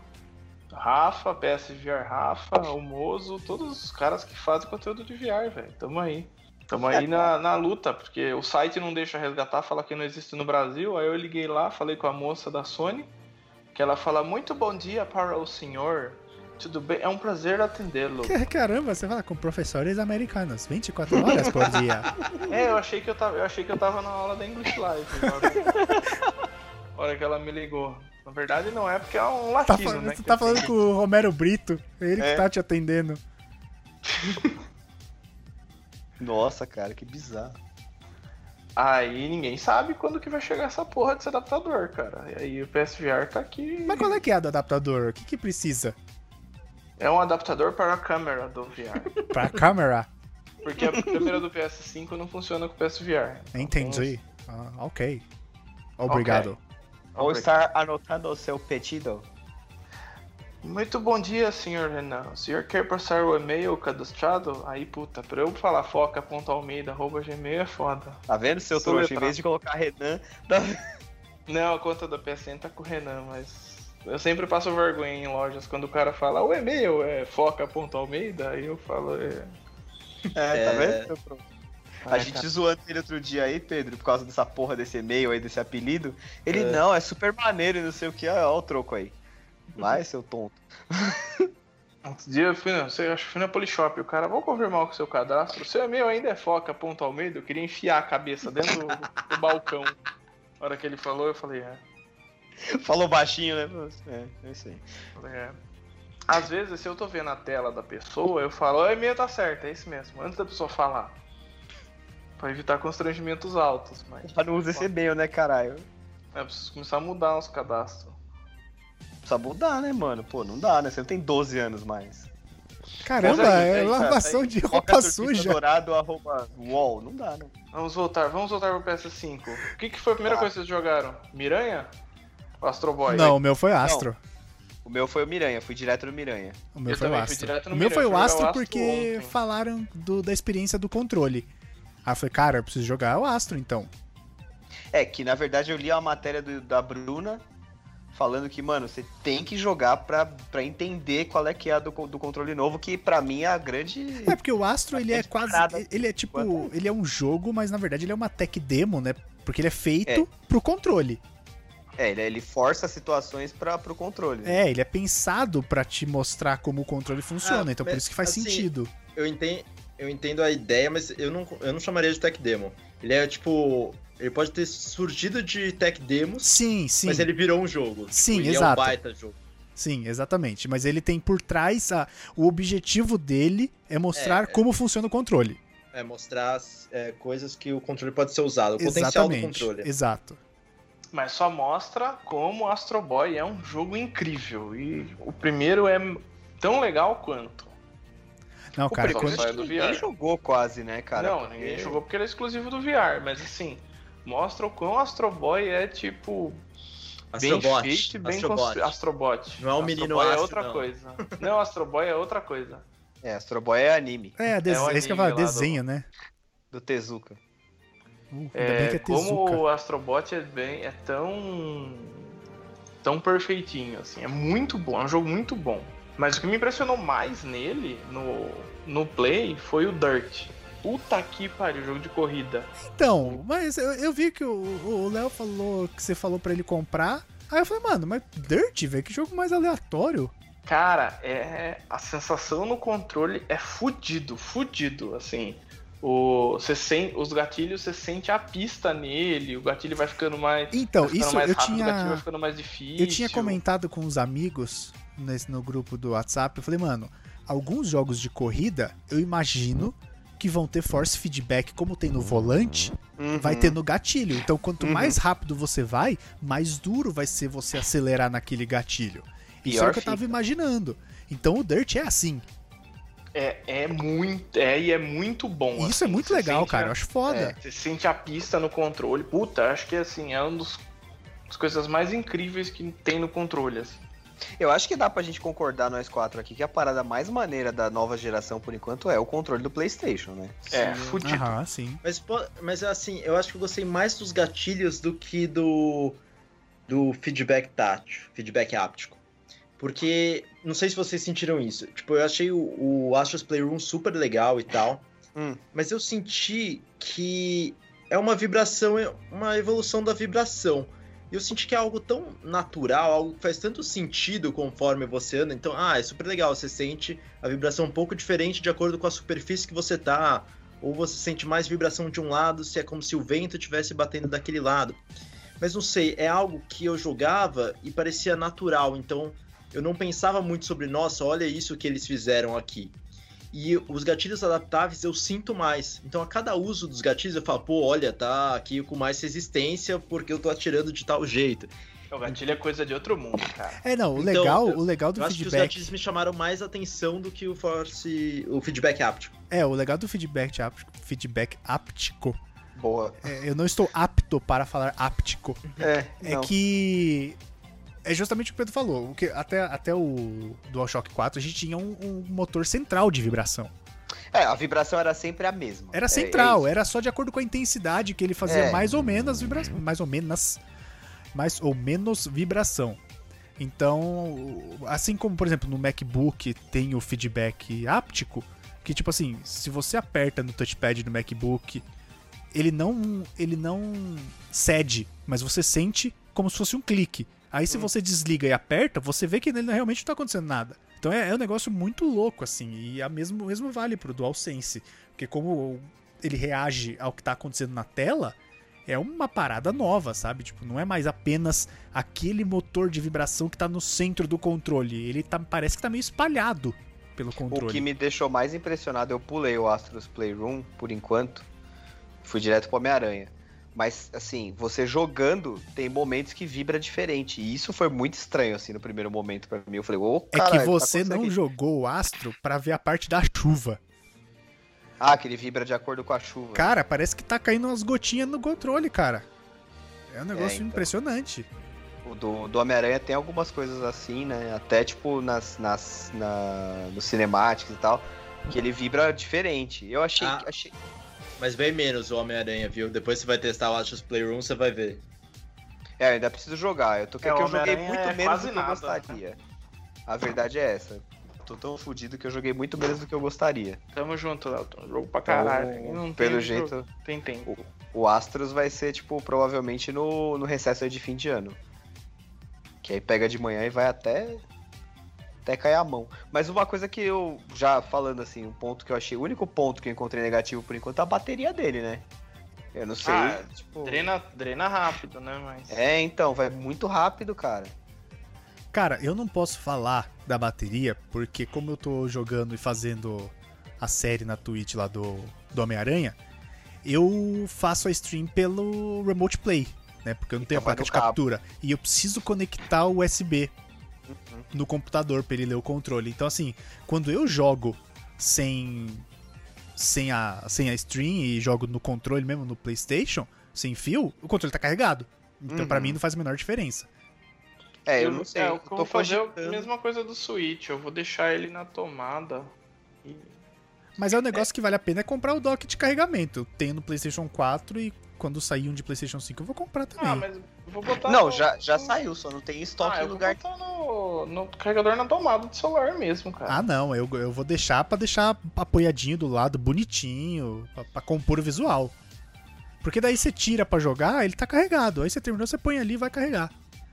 Rafa, PSVR Rafa, o Mozo, todos os caras que fazem conteúdo de VR, velho. Tamo aí. Tamo aí na luta, porque o site não deixa resgatar, fala que não existe no Brasil. Aí eu liguei lá, falei com a moça da Sony, que ela fala, muito bom dia para o senhor. Tudo bem? É um prazer atendê-lo. Caramba, você fala com professores americanos, 24 horas por dia. Eu achei que eu tava na aula da English Live. Na hora que ela me ligou. Na verdade não é, porque é um latino, né? Você tá falando com o Romero Brito, ele que É. tá te atendendo. Nossa, cara, que bizarro. Aí ninguém sabe quando que vai chegar essa porra desse adaptador, cara. E aí o PSVR tá aqui. Mas qual é que é a do adaptador? O que que precisa? É um adaptador para a câmera do VR. Pra câmera? Porque a câmera do PS5 não funciona com o PSVR. Entendi. Ok. Obrigado. Vou estar anotando o seu pedido. Muito bom dia, senhor Renan. O senhor quer passar o e-mail cadastrado? Aí, puta, pra eu falar foca.almeida@gmail é foda. Tá vendo, seu Soletra. trouxa? Em vez de colocar Renan... Não, a conta da PSN tá com o Renan, mas eu sempre passo vergonha em lojas quando o cara fala o e-mail é foca.almeida, aí eu falo... Tá vendo, seu trouxa? A Ai, gente cara. zoando ele outro dia aí, Pedro, por causa dessa porra desse e-mail aí, desse apelido. Ele, não, é super maneiro e não sei o que. Ó o troco aí. Vai, seu tonto. Outro dia eu fui na Polishop, o cara, vou confirmar com o seu cadastro. O seu e-mail ainda é foca.almeida? Eu queria enfiar a cabeça dentro do balcão. Na hora que ele falou, eu falei, Falou baixinho, né? É isso aí. falei, Às vezes, se eu tô vendo a tela da pessoa, eu falo, o e-mail tá certo, é isso mesmo, antes da pessoa falar. pra evitar constrangimentos altos, mas... Já não usa esse e-mail, né, caralho? Eu preciso começar a mudar os cadastros. Precisa mudar, né, mano? Pô, não dá, né? Você não tem 12 anos mais. Caramba, Mas aí, é aí, lavação de Coloca roupa turquesa suja. dourado, @wall. Não dá, né? Vamos voltar pro PS5. O que foi a primeira Tá. coisa que vocês jogaram? Miranha? Ou Astro Boy? Não, o meu foi Astro. O meu foi o Miranha, fui direto no Miranha. O meu Eu foi o também fui Astro. direto no O meu foi o Miranha, fui Astro jogar o Astro porque ontem. falaram da experiência do controle. Aí eu falei, cara, eu preciso jogar o Astro então. É, que na verdade eu li uma matéria da Bruna falando que, mano, você tem que jogar pra entender qual é que é a do controle novo, que pra mim é a grande... É porque o Astro, ele é Bastante quase. parada. Ele é tipo. Quanto Ele é um jogo, mas na verdade ele é uma tech demo, né? Porque ele é feito pro controle. É, ele força situações pro controle. É, ele é pensado pra te mostrar como o controle funciona, então por mas, isso que faz assim, sentido. Eu entendo a ideia, mas eu não chamaria de tech demo. Ele é tipo. Ele pode ter surgido de tech demos, Sim, sim. mas ele virou um jogo. Sim, ele exato. é um baita jogo. Sim, exatamente. Mas ele tem por trás. O objetivo dele é mostrar como funciona o controle. É mostrar coisas que o controle pode ser usado, o potencial do controle. Exato. Mas só mostra como Astro Boy é um jogo incrível. E o primeiro é tão legal quanto. Não, cara, pessoal quando. sai do Ninguém VR. jogou quase, né, cara? Não, Porque- ninguém jogou porque ele é exclusivo do VR, mas assim, mostra o quão Astro Boy é tipo. Bem Astrobot. feito e bem Astrobot. construído. Astrobot. Não é um Astro menino Boy é astro, outra não. coisa. Não, Astro Boy é outra coisa. É, Astro Boy é anime, É, o isso que eu anime falo, lá desenho, né? do Tezuka. Ainda bem que é Como Tezuka. o Astrobot é tão perfeitinho, assim, é muito bom, é um jogo muito bom. Mas o que me impressionou mais nele, no Play, foi o Dirt. Puta que pariu, jogo de corrida. Então, mas eu vi que o Léo falou que você falou pra ele comprar. Aí eu falei, mano, mas Dirt, velho, que jogo mais aleatório. Cara, a sensação no controle é fudido, assim. Os gatilhos, você sente a pista nele, o gatilho vai ficando mais. Então, vai ficando isso mais eu rápido, o gatilho vai tinha. ficando mais difícil. Eu tinha comentado com os amigos no grupo do WhatsApp. Eu falei, mano, alguns jogos de corrida, eu imagino que vão ter force feedback como tem no volante, vai ter no gatilho. Então, quanto mais rápido você vai, mais duro vai ser você acelerar naquele gatilho. Isso é Pior o que eu tava fica. imaginando. Então, o Dirt é assim. É muito bom. E isso é assim, muito você legal, sente cara. Eu acho foda. Você sente a pista no controle. Puta, acho que assim, é uma das coisas mais incríveis que tem no controle. Assim. Eu acho que dá pra gente concordar, nós quatro aqui, que a parada mais maneira da nova geração, por enquanto, é o controle do PlayStation, né? É, fudido. Aham, sim. Mas assim, eu acho que eu gostei mais dos gatilhos do que do feedback tátil, feedback áptico. Porque, não sei se vocês sentiram isso, tipo, eu achei o Astro's Playroom super legal e tal, mas eu senti que é uma vibração, é uma evolução da vibração. E eu senti que é algo tão natural, algo que faz tanto sentido conforme você anda. Então, é super legal, você sente a vibração um pouco diferente de acordo com a superfície que você tá. Ou você sente mais vibração de um lado, se é como se o vento estivesse batendo daquele lado. Mas não sei, é algo que eu jogava e parecia natural. Então, eu não pensava muito sobre, nossa, olha isso que eles fizeram aqui. E os gatilhos adaptáveis eu sinto mais. Então, a cada uso dos gatilhos, eu falo, pô, olha, tá aqui com mais resistência porque eu tô atirando de tal jeito. O gatilho é coisa de outro mundo, cara. Não, o Então, legal do Eu acho que os feedback. gatilhos me chamaram mais atenção do que o feedback áptico. O legal do feedback áptico. Boa. Eu não estou apto para falar áptico. É não. que. É justamente o que o Pedro falou. Que até o DualShock 4 a gente tinha um motor central de vibração. A vibração era sempre a mesma. Era É central, isso. era só de acordo com a intensidade que ele fazia mais ou menos vibração. Então, assim como, por exemplo, no MacBook tem o feedback áptico, que tipo assim, se você aperta no touchpad do MacBook, ele não cede, mas você sente como se fosse um clique. Aí se você desliga e aperta, você vê que nele realmente não tá acontecendo nada. Então é um negócio muito louco, assim, e o mesmo vale pro DualSense, porque como ele reage ao que tá acontecendo na tela, é uma parada nova, sabe? Tipo, não é mais apenas aquele motor de vibração que tá no centro do controle, ele parece que tá meio espalhado pelo controle. O que me deixou mais impressionado, eu pulei o Astro's Playroom, por enquanto, Fui direto pro Homem-Aranha. Mas, assim, você jogando, tem momentos que vibra diferente. E isso foi muito estranho, assim, no primeiro momento pra mim. Eu falei, ô, É caralho, que você tá não jogou o Astro pra ver a parte da chuva. Ah, que ele vibra de acordo com a chuva. Cara, parece que tá caindo umas gotinhas no controle, cara. É um negócio então. impressionante. O do Homem-Aranha tem algumas coisas assim, né? Até, tipo, nos cinemáticos e tal, que ele vibra diferente. Eu achei... Mas bem menos o Homem-Aranha, viu? Depois você vai testar o Astros Playroom, você vai ver. É, eu ainda preciso jogar. Eu o joguei Homem-Aranha muito é menos quase do que eu nada, gostaria. A verdade é essa. Tô tão fudido que eu joguei muito menos do que eu gostaria. Tamo junto, Léo. Jogo pra caralho. Então, Não pelo tem jeito, jogo. Tem tempo. o Astros vai ser, tipo, provavelmente no recesso aí de fim de ano. Que aí pega de manhã e vai até cair a mão. Mas uma coisa que eu, já falando assim, um ponto que eu achei, o único ponto que eu encontrei negativo por enquanto é a bateria dele, né? Eu não sei, tipo... Drena rápido, né? Mas... É, então, vai muito rápido, cara. Cara, eu não posso falar da bateria, porque como eu tô jogando e fazendo a série na Twitch lá do Homem-Aranha, eu faço a stream pelo Remote Play, né? Porque eu não tenho a placa de captura. E eu preciso conectar o USB no computador pra ele ler o controle. Então, assim, quando eu jogo sem a stream e jogo no controle mesmo, no PlayStation, sem fio, o controle tá carregado. Então, pra mim, não faz a menor diferença. É, eu não sei. Eu vou fazer a mesma coisa do Switch. Eu vou deixar ele na tomada. Mas é um negócio que vale a pena é comprar o dock de carregamento. Eu tenho no PlayStation 4 e quando sair um de PlayStation 5 eu vou comprar também. Ah, mas vou botar. Não, já saiu, só não tem estoque no lugar. Eu vou botar no carregador na tomada do celular mesmo, cara. Ah, não, eu vou deixar pra deixar apoiadinho do lado, bonitinho, pra compor o visual. Porque daí você tira pra jogar, ele tá carregado. Aí você terminou, você põe ali e vai carregar.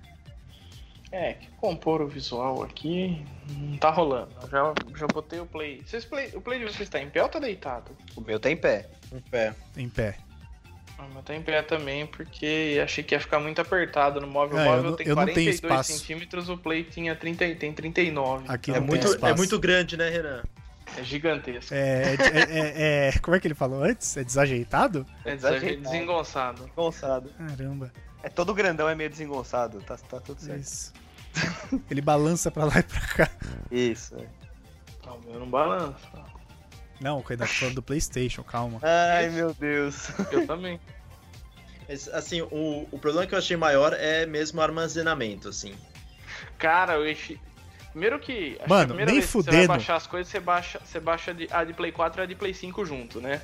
É, que compor o visual aqui não tá rolando. Eu já botei o Play. O Play de vocês tá em pé ou tá deitado? O meu tá em pé. Em pé. Em pé. O meu tá em pé também, porque achei que ia ficar muito apertado no móvel. É, O móvel tem eu não tenho 42 espaço. centímetros, o Play tem 39. Aqui então não tem espaço. É muito grande, né, Renan? é gigantesco. Como é que ele falou antes? É desajeitado? É desajeitado. desengonçado. Desengonçado. Caramba. É todo grandão, é meio desengonçado. Tá tudo certo. Isso. Ele balança pra lá e pra cá. Isso. Não, o meu não balança. Não, ainda tô falando do PlayStation, calma. Ai, meu Deus. Eu também. Mas, assim, o problema que eu achei maior é mesmo o armazenamento, assim. Cara, eu achei... Primeiro que... acho Mano, que a primeira nem vez que fudendo. você vai baixar as coisas, você baixa a de Play 4 e a de Play 5 junto, né?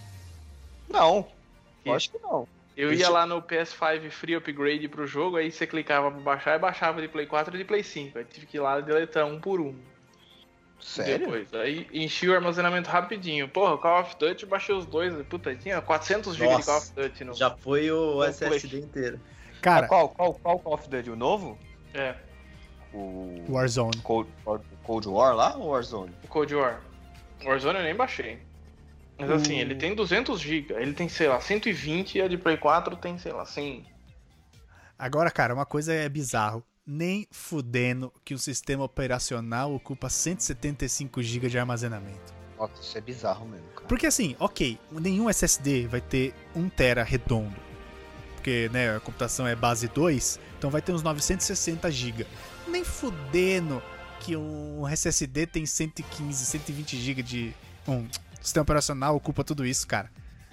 Não. Lógico que não. Eu ia lá no PS5 Free Upgrade pro jogo, aí você clicava pra baixar e baixava de Play 4 e de Play 5. Aí tive que ir lá deletar um por um. Sério? Depois. Aí enchi o armazenamento rapidinho. Porra, o Call of Duty baixei os dois. Puta, tinha 400 GB de Call of Duty no... Já foi o No SSD inteiro. Cara, Qual Call of Duty? O novo? É, O Warzone. Cold War lá ou Warzone? o Cold War. O Warzone eu nem baixei. Mas assim, ele tem 200 GB. Ele tem, sei lá, 120 e a de Play 4 tem, sei lá, 100. Agora, cara, uma coisa é bizarro. Nem fudendo que o sistema operacional ocupa 175 GB de armazenamento. Nossa, isso é bizarro mesmo, cara. Porque assim, ok, nenhum SSD vai ter 1 TB redondo. Porque, né, a computação é base 2, então vai ter uns 960 GB. Nem fudendo que um SSD tem 115, 120 GB de... Um sistema operacional ocupa tudo isso, cara.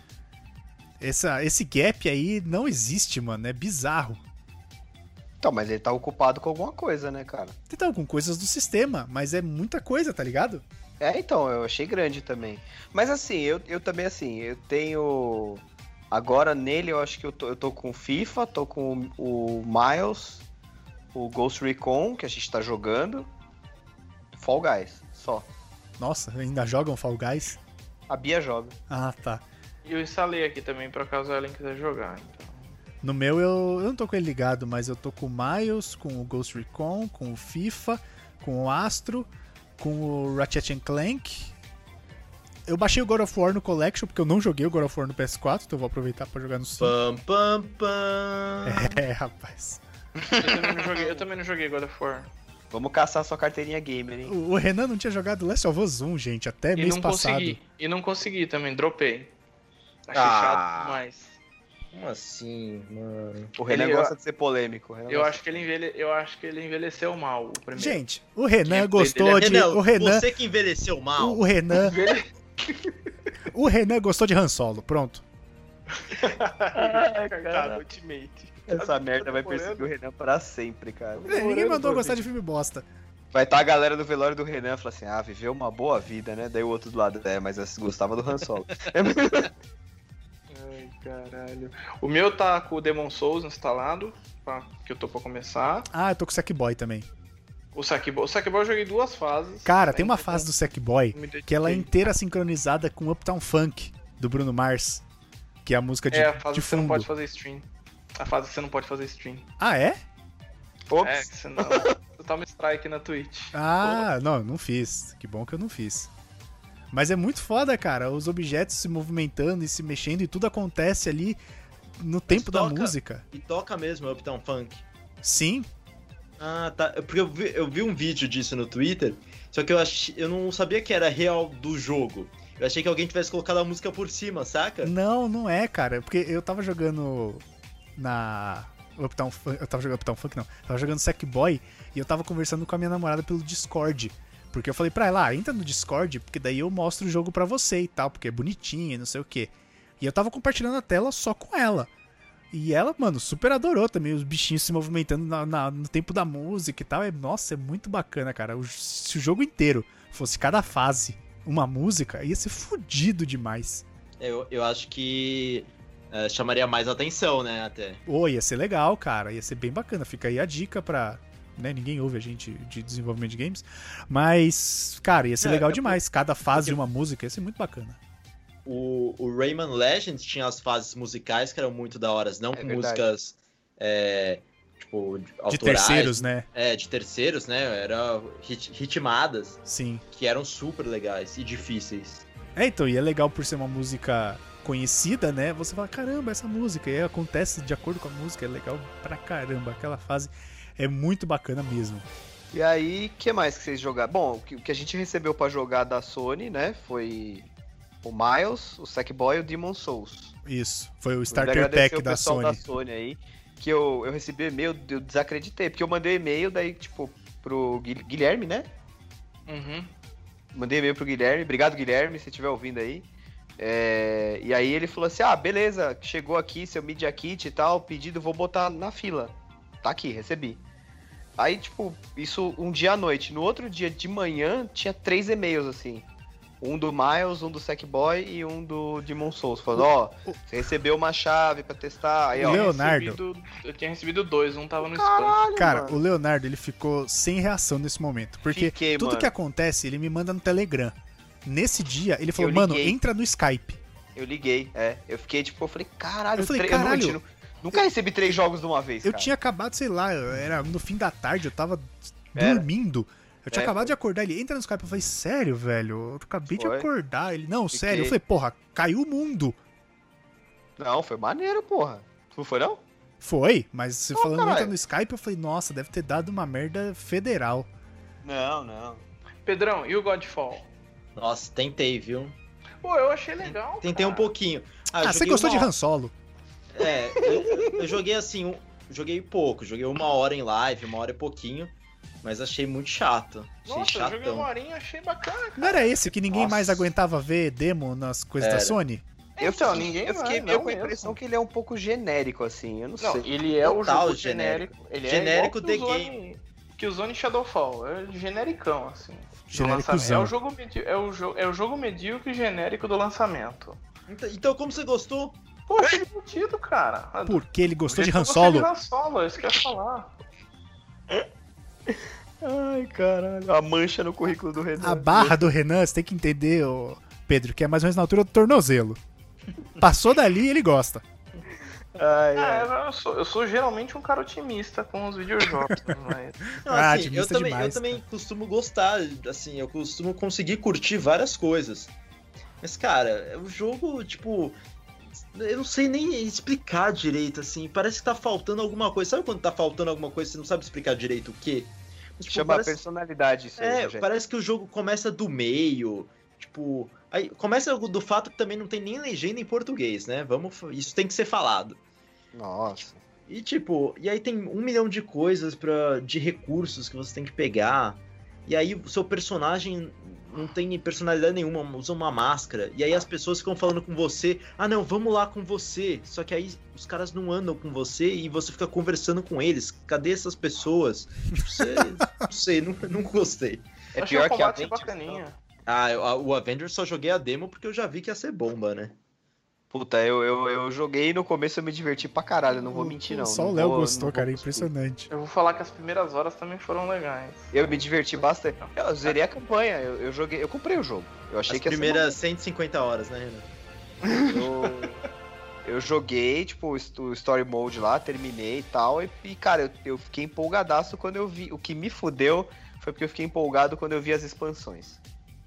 Esse gap aí não existe, mano, é bizarro. Então, mas ele tá ocupado com alguma coisa, né, cara? Então, com coisas do sistema, mas é muita coisa, tá ligado? É, então, eu achei grande também. Mas assim, eu também, assim, eu tenho... Agora nele eu acho que eu tô com FIFA, tô com o Miles, o Ghost Recon, que a gente tá jogando, Fall Guys, só. Nossa, ainda jogam Fall Guys? A Bia joga. Ah, tá. E eu instalei aqui também pra caso ela quiser jogar. Então. No meu eu não tô com ele ligado, mas eu tô com o Miles, com o Ghost Recon, com o FIFA, com o Astro, com o Ratchet Clank. Eu baixei o God of War no Collection, porque eu não joguei o God of War no PS4, então eu vou aproveitar pra jogar no 5. Pam, pam, pam. É, rapaz. Eu também não joguei God of War. Vamos caçar sua carteirinha gamer, hein? O Renan não tinha jogado Last of Us 1, gente, até mês passado. E não consegui também, dropei. Achei chato demais. Como assim, mano? O Renan Ele- gosta de ser polêmico. o Renan Eu gosta- acho que ele envelheceu mal, o primeiro. Gente, o Renan Quem gostou de. O Renan. Você que envelheceu mal. O Renan. Envelhe- O Renan gostou de Han Solo. Pronto. Cara, Ultimate. Essa merda vai demorando. perseguir o Renan pra sempre, cara. Ninguém mandou gostar de filme bosta. Vai estar a galera do velório do Renan e falar assim, viveu uma boa vida, né? Daí o outro do lado, mas eu gostava do Han Solo. Ai, caralho. O meu tá com o Demon Souls instalado, que eu tô pra começar. Ah, eu tô com o Sackboy também. O Sackboy eu joguei 2 fases. Cara, tem uma Ainda fase do Sackboy me dediquei. que ela é inteira sincronizada com Uptown Funk, do Bruno Mars. Que é a música de, É, a fase de que você não fundo. pode fazer stream. A fase que você não pode fazer stream. Ah, é? É, Ops, que senão você toma strike na Twitch. Ah, não, não fiz. Que bom que eu não fiz. Mas é muito foda, cara. Os objetos se movimentando e se mexendo e tudo acontece ali no tempo da toca. música. E toca mesmo Uptown Funk. Sim. Ah, tá. Porque eu vi um vídeo disso no Twitter, só que eu não sabia que era real do jogo. Eu achei que alguém tivesse colocado a música por cima, saca? Não, não é, cara. Porque eu tava jogando na Uptown Funk. Eu tava jogando Uptown Funk, não. Eu tava jogando Sackboy e eu tava conversando com a minha namorada pelo Discord. Porque eu falei pra ela, entra no Discord, porque daí eu mostro o jogo pra você e tal, porque é bonitinho e não sei o quê. E eu tava compartilhando a tela só com ela. E ela, mano, super adorou também os bichinhos se movimentando no tempo da música e tal. Nossa, é muito bacana, cara. Se o jogo inteiro fosse cada fase uma música, ia ser fodido demais. Eu acho que chamaria mais atenção, né, até. Ô, ia ser legal, cara. Ia ser bem bacana. Fica aí a dica pra... Né, ninguém ouve a gente de desenvolvimento de games. Mas, cara, ia ser legal demais. Cada fase de uma música ia ser muito bacana. O Rayman Legends tinha as fases musicais que eram muito da hora, não com verdade. músicas, tipo, autorais. De terceiros, né? De terceiros, né? Era ritmadas, Sim. que eram super legais e difíceis. Então, e é legal por ser uma música conhecida, né? Você fala, caramba, essa música. E aí acontece de acordo com a música. É legal pra caramba. Aquela fase é muito bacana mesmo. E aí, o que mais que vocês jogaram? Bom, o que a gente recebeu pra jogar da Sony, né? Foi o Miles, o Sackboy e o Demon Souls. Isso. Foi o Queria Starter agradecer Pack o da pessoal Sony. da Sony aí, que eu recebi e-mail, eu desacreditei, porque eu mandei e-mail daí, tipo, pro Guilherme, né? Uhum. Mandei e-mail pro Guilherme, obrigado Guilherme, se estiver ouvindo aí. E aí ele falou assim, beleza, chegou aqui seu Media Kit e tal, pedido, vou botar na fila. Tá aqui, recebi. Aí, tipo, isso um dia à noite. No outro dia de manhã, tinha 3 e-mails, assim. Um do Miles, um do Sackboy e um do Demon Souls. Falando, você recebeu uma chave pra testar. Aí, ó, Leonardo. Eu tinha recebido 2, um tava no spam. caralho, Cara, mano. o Leonardo, ele ficou sem reação nesse momento. Porque Fiquei, tudo mano. que acontece, ele me manda no Telegram. Nesse dia, ele falou, Eu mano, liguei. entra no Skype. Eu liguei, eu fiquei, tipo, eu falei, caralho, Eu falei, eu caralho. nunca recebi 3 jogos de uma vez, Eu cara. tinha acabado, sei lá, era no fim da tarde, eu tava Era. dormindo. Eu tinha acabado foi. de acordar, ele entra no Skype, eu falei, sério, velho? Eu acabei de Foi. acordar. Ele, não, Fiquei. sério. Eu falei, porra, caiu o mundo. Não, foi maneiro, porra. Não foi, não? Foi, mas você falando caralho. entra no Skype, eu falei, nossa, deve ter dado uma merda federal. Não. Pedrão, e o Godfall? Nossa, tentei, viu? Pô, eu achei legal. Tentei um cara. pouquinho. eu Ah, você joguei gostou de uma- Han Solo? Eu joguei assim, joguei pouco, joguei 1 hora em live, 1 hora e pouquinho, mas achei muito chato. Achei Nossa, eu joguei chatão. uma horinha, achei bacana, cara. Não era esse que ninguém Nossa. mais aguentava ver demo nas coisas da Era. Sony? Então, ninguém Eu fiquei vai, meio não com a mesmo. impressão que ele é um pouco genérico, assim. Eu não, Não, sei. ele é o Total jogo genérico. genérico. Ele Genérico é igual The que o Zone, que o Zone Shadowfall. É genericão, assim. do Genericozão. lançamento. É o jogo medíocre genérico do lançamento. Então como você gostou? Pô, achei divertido, cara. Porque ele gostou de Eu Han gostei Solo. de Han Solo, é isso que eu ia falar. Ai, caralho. A mancha no currículo do Renan. A barra do Renan, você tem que entender, ô, Pedro, que é mais ou menos na altura do tornozelo. Passou dali, ele gosta. Eu sou geralmente um cara otimista com os videojogos, mas... Não, Ah, assim, eu otimista também, demais, eu também costumo gostar, assim, eu costumo conseguir curtir várias coisas. Mas, cara, o jogo, tipo, eu não sei nem explicar direito, assim, parece que tá faltando alguma coisa. Sabe quando tá faltando alguma coisa e você não sabe explicar direito o quê? Mas, tipo, Chama parece, personalidade isso aí, Rogério. parece que o jogo começa do meio, Tipo, aí começa do fato que também não tem nem legenda em português, né? Isso tem que ser falado. Nossa. E tipo, e aí tem 1 milhão de coisas de recursos que você tem que pegar. E aí o seu personagem não tem personalidade nenhuma, usa uma máscara. E aí as pessoas ficam falando com você, não, vamos lá com você. Só que aí os caras não andam com você e você fica conversando com eles. Cadê essas pessoas? Não sei, não gostei. É Achei pior o que a combate Avengers, bacaninha. O Avengers só joguei a demo porque eu já vi que ia ser bomba, né? Puta, eu joguei e no começo eu me diverti pra caralho, não vou mentir não. Só Não o Léo vou- gostou, não vou cara, cuspir. impressionante. Eu vou falar que as primeiras horas também foram legais. Eu me diverti bastante. Eu zerei a campanha, eu joguei, eu comprei o jogo. Eu achei As que ia ser primeiras 150 horas, né, Renan? Eu joguei, tipo, o Story Mode lá, terminei e tal. E cara, eu fiquei empolgadaço quando eu vi. O que me fudeu foi porque eu fiquei empolgado quando eu vi as expansões.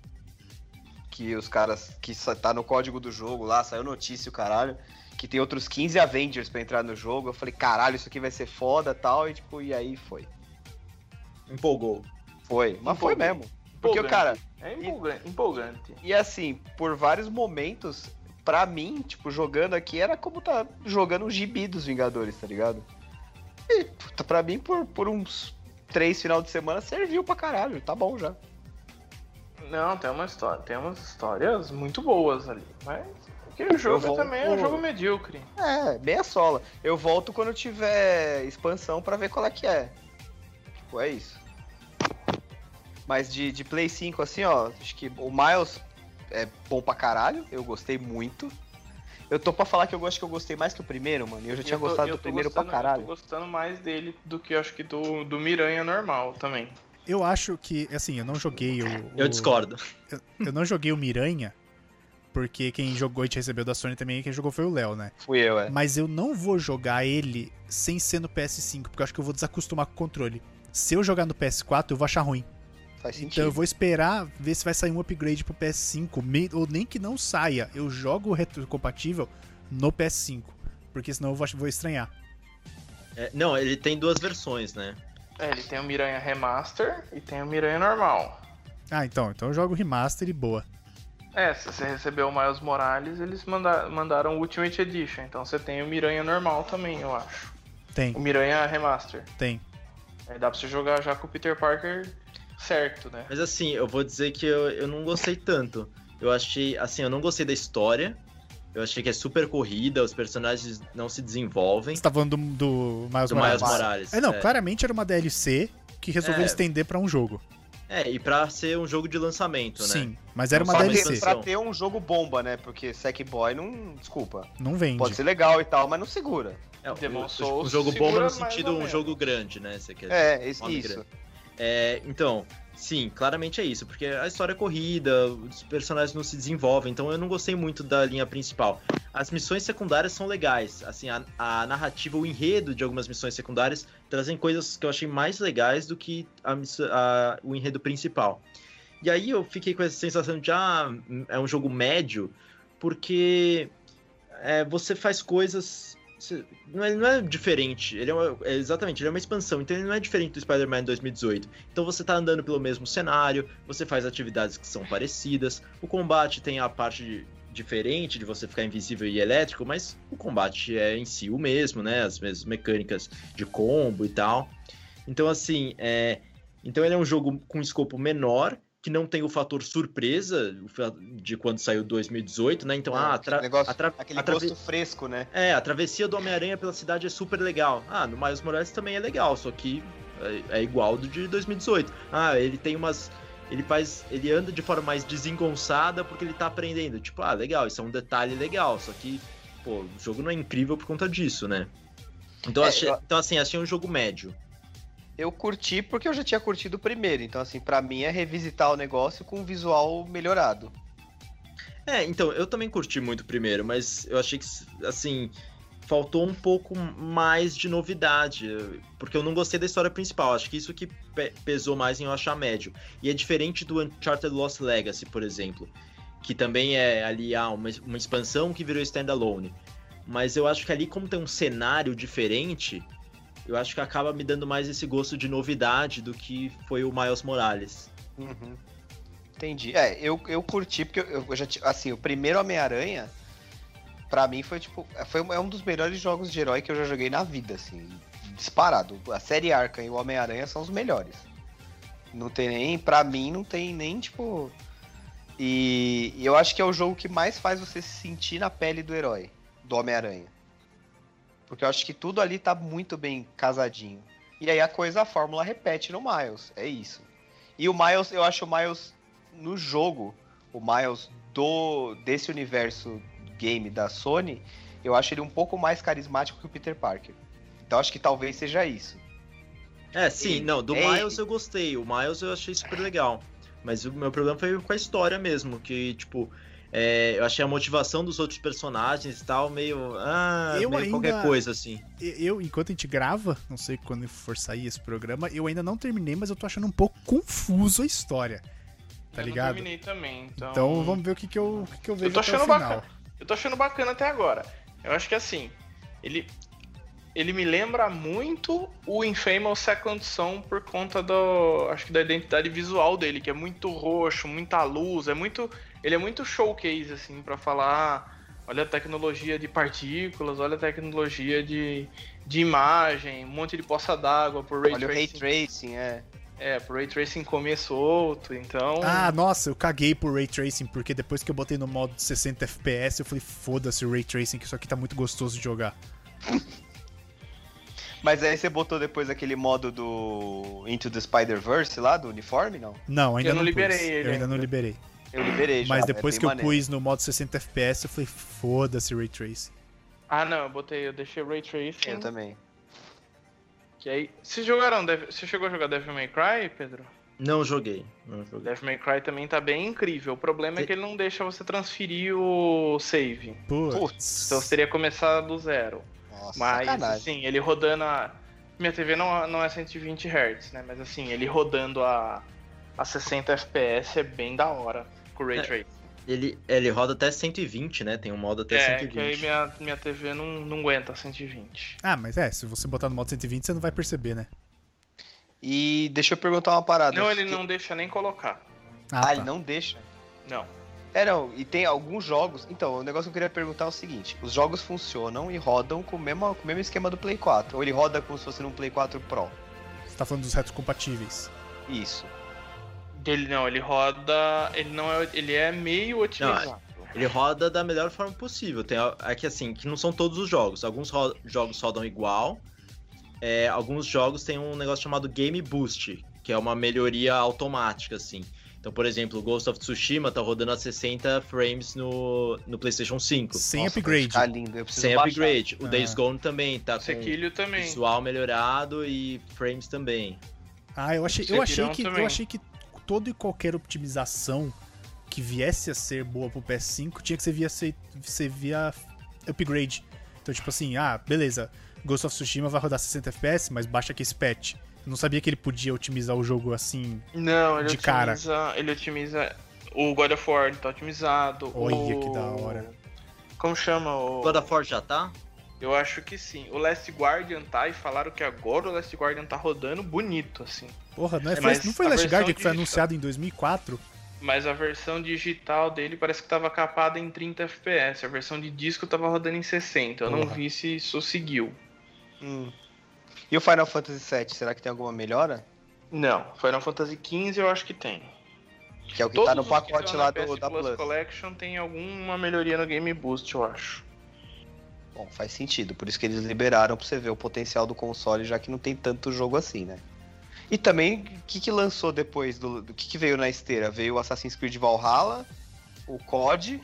Que os caras. Que tá no código do jogo lá, saiu notícia o caralho. Que tem outros 15 Avengers pra entrar no jogo. Eu falei, caralho, isso aqui vai ser foda e tal. E tipo, e aí foi. Empolgou. Foi. Mas foi Empolguei. mesmo. Porque, Empolgante. cara. É empolgante. E assim, por vários momentos, pra mim, tipo, jogando aqui, era como tá jogando um gibi dos Vingadores, tá ligado? E puta, pra mim, por uns 3 final de semana, serviu pra caralho, tá bom já. Não, tem umas histórias muito boas ali. Mas aquele jogo volto- também é um jogo medíocre. É, meia sola. Eu volto quando tiver expansão pra ver qual é que é. Tipo, é isso. Mas de Play 5, assim, ó, acho que o Miles é bom pra caralho, eu gostei muito. Eu tô pra falar que eu gostei mais que o primeiro, mano. E eu já tinha gostado do primeiro pra Eu caralho. tô gostando mais dele do que eu acho que do Miranha normal também. Eu acho que, assim, eu não joguei Eu discordo. Eu não joguei o Miranha, porque quem jogou e te recebeu da Sony também, quem jogou foi o Léo, né? Fui eu, é. Mas eu não vou jogar ele sem ser no PS5, porque eu acho que eu vou desacostumar com o controle. Se eu jogar no PS4, eu vou achar ruim. Faz sentido. Então eu vou esperar ver se vai sair um upgrade pro PS5, ou nem que não saia. Eu jogo o retrocompatível no PS5, porque senão eu vou estranhar. Não, ele tem 2 versões, né? Ele tem o Miranha Remaster e tem o Miranha normal. Ah, então eu jogo remaster e boa. Se você recebeu o Miles Morales, eles mandaram o Ultimate Edition. Então você tem o Miranha normal também, eu acho. Tem, O Miranha Remaster. tem. Aí dá pra você jogar já com o Peter Parker certo, né? Mas assim, eu vou dizer que eu não gostei tanto. Eu achei, assim, eu não gostei da história. Eu achei que é super corrida, os personagens não se desenvolvem. Você tá falando do Miles Do Morales. Miles Morales. Não, claramente era uma DLC que resolveu É. estender pra um jogo. E pra ser um jogo de lançamento, né? Sim, mas era Não uma sabe DLC. se- Pra ter um jogo bomba, né? Porque Sackboy não. Desculpa. Não vende. Pode ser legal e tal, mas não segura. Demon Um Souls jogo segura bomba no mais sentido ou um menos. jogo grande, né? Você quer Isso. nome grande. Então, sim, claramente é isso, porque a história é corrida, os personagens não se desenvolvem, então eu não gostei muito da linha principal. As missões secundárias são legais, assim, a narrativa, o enredo de algumas missões secundárias trazem coisas que eu achei mais legais do que o enredo principal. E aí eu fiquei com essa sensação de, é um jogo médio, porque você faz coisas... Não é diferente, exatamente, ele é uma expansão, então ele não é diferente do Spider-Man 2018. Então você tá andando pelo mesmo cenário, você faz atividades que são parecidas, o combate tem a parte diferente de você ficar invisível e elétrico, mas o combate é em si o mesmo, né? As mesmas mecânicas de combo e tal. Então assim, então ele é um jogo com escopo menor, que não tem o fator surpresa de quando saiu 2018, né? Então, aquele gosto fresco, né? A travessia do Homem-Aranha pela cidade é super legal. No Miles Morales também é legal, só que é igual do de 2018. Ele tem umas... Ele anda de forma mais desengonçada porque ele tá aprendendo. Tipo, legal, isso é um detalhe legal, só que, pô, o jogo não é incrível por conta disso, né? Então, achei um jogo médio. Eu curti porque eu já tinha curtido o primeiro, então assim, pra mim é revisitar o negócio com um visual melhorado. Então, eu também curti muito o primeiro, mas eu achei que, assim, faltou um pouco mais de novidade, porque eu não gostei da história principal, acho que isso que pesou mais em eu achar médio. E é diferente do Uncharted Lost Legacy, por exemplo, que também é ali uma expansão que virou standalone. Mas eu acho que ali, como tem um cenário diferente... Eu acho que acaba me dando mais esse gosto de novidade do que foi o Miles Morales. Uhum. Entendi. Eu curti, porque eu já assim, o primeiro Homem-Aranha, pra mim foi tipo, é um dos melhores jogos de herói que eu já joguei na vida, assim, disparado. A série Arkham e o Homem-Aranha são os melhores. Não tem nem, pra mim, não tem nem, tipo... E eu acho que é o jogo que mais faz você se sentir na pele do herói, do Homem-Aranha. Porque eu acho que tudo ali tá muito bem casadinho. E aí a fórmula repete no Miles, é isso. E o Miles, eu acho o Miles no jogo, o Miles desse universo game da Sony, eu acho ele um pouco mais carismático que o Peter Parker. Então acho que talvez seja isso. Sim, do Miles eu gostei, o Miles eu achei super legal. Mas o meu problema foi com a história mesmo, que, tipo, eu achei a motivação dos outros personagens e tal meio qualquer coisa, assim. Enquanto a gente grava, não sei quando for sair esse programa, eu ainda não terminei, mas eu tô achando um pouco confuso a história. Tá ligado? Eu não terminei também, então vamos ver o que eu vejo eu tô até o achando final. bacana. Eu tô achando bacana até agora. Eu acho que assim, ele me lembra muito o Infamous Second Son por conta acho que da identidade visual dele, que é muito roxo, muita luz, ele é muito showcase, assim, pra falar, olha a tecnologia de partículas, olha a tecnologia de imagem, um monte de poça d'água por Ray Tracing. Olha o Ray Tracing, por Ray Tracing comer solto, então... Nossa, eu caguei por Ray Tracing, porque depois que eu botei no modo de 60 FPS, eu falei, foda-se o Ray Tracing, que isso aqui tá muito gostoso de jogar. Mas aí você botou depois aquele modo do Into the Spider-Verse lá, do uniforme, não? Não, ainda não liberei pus. ele. Eu ainda não liberei. Eu liberei já. Mas depois que eu maneiro. pus no modo 60 FPS, eu falei, foda-se Ray Tracing. Não, eu deixei Ray Tracing. Eu também. Que aí, você chegou a jogar Devil May Cry, Pedro? Não joguei. Devil May Cry também tá bem incrível. O problema é que ele não deixa você transferir o save. Putz. Então você teria que começar do zero. Nossa, mas, sacanagem. assim, ele rodando Minha TV não é 120 Hz, né? Mas, assim, ele rodando a 60 FPS é bem da hora com o Ray Tracing. Ele roda até 120, né? Tem um modo até 120. Que aí minha TV não aguenta 120. Mas se você botar no modo 120, você não vai perceber, né? E deixa eu perguntar uma parada. Não, ele não deixa nem colocar. Tá. Ele não deixa? Não. Não, e tem alguns jogos... Então, o negócio que eu queria perguntar é o seguinte. Os jogos funcionam e rodam com o mesmo esquema do Play 4. Ou ele roda como se fosse num Play 4 Pro? Você tá falando dos retrocompatíveis. Isso. Ele roda... Ele é meio otimizado. Ele roda da melhor forma possível. Aqui assim, que não são todos os jogos. Alguns jogos rodam igual. Alguns jogos tem um negócio chamado Game Boost, que é uma melhoria automática, assim. Então, por exemplo, o Ghost of Tsushima tá rodando a 60 frames no PlayStation 5. Sem upgrade. Tá lindo. Eu preciso Sem baixar. upgrade. O Days Gone também tá com Sekiro também. visual melhorado e frames também. Eu achei que toda e qualquer optimização que viesse a ser boa pro PS5 tinha que ser via upgrade. Então, tipo assim, beleza, Ghost of Tsushima vai rodar 60 FPS, mas baixa aqui esse patch. Eu não sabia que ele podia otimizar o jogo assim, de cara. Ele otimiza... O God of War tá otimizado. Olha que da hora. Como chama? O God of War já tá? Eu acho que sim. O Last Guardian tá, e falaram que agora o Last Guardian tá rodando bonito, assim. Porra, não foi o Last Guardian que foi anunciado em 2004? Mas a versão digital dele parece que tava capada em 30 FPS. A versão de disco tava rodando em 60. Eu não vi se isso seguiu. E o Final Fantasy VII, será que tem alguma melhora? Não, Final Fantasy XV eu acho que tem. Que é o que Todos tá no os pacote que lá da PS da Plus. Collection tem alguma melhoria no Game Boost, eu acho. Bom, faz sentido. Por isso que eles liberaram pra você ver o potencial do console, já que não tem tanto jogo assim, né? E também, o que lançou depois do que veio na esteira? Veio o Assassin's Creed Valhalla, o COD.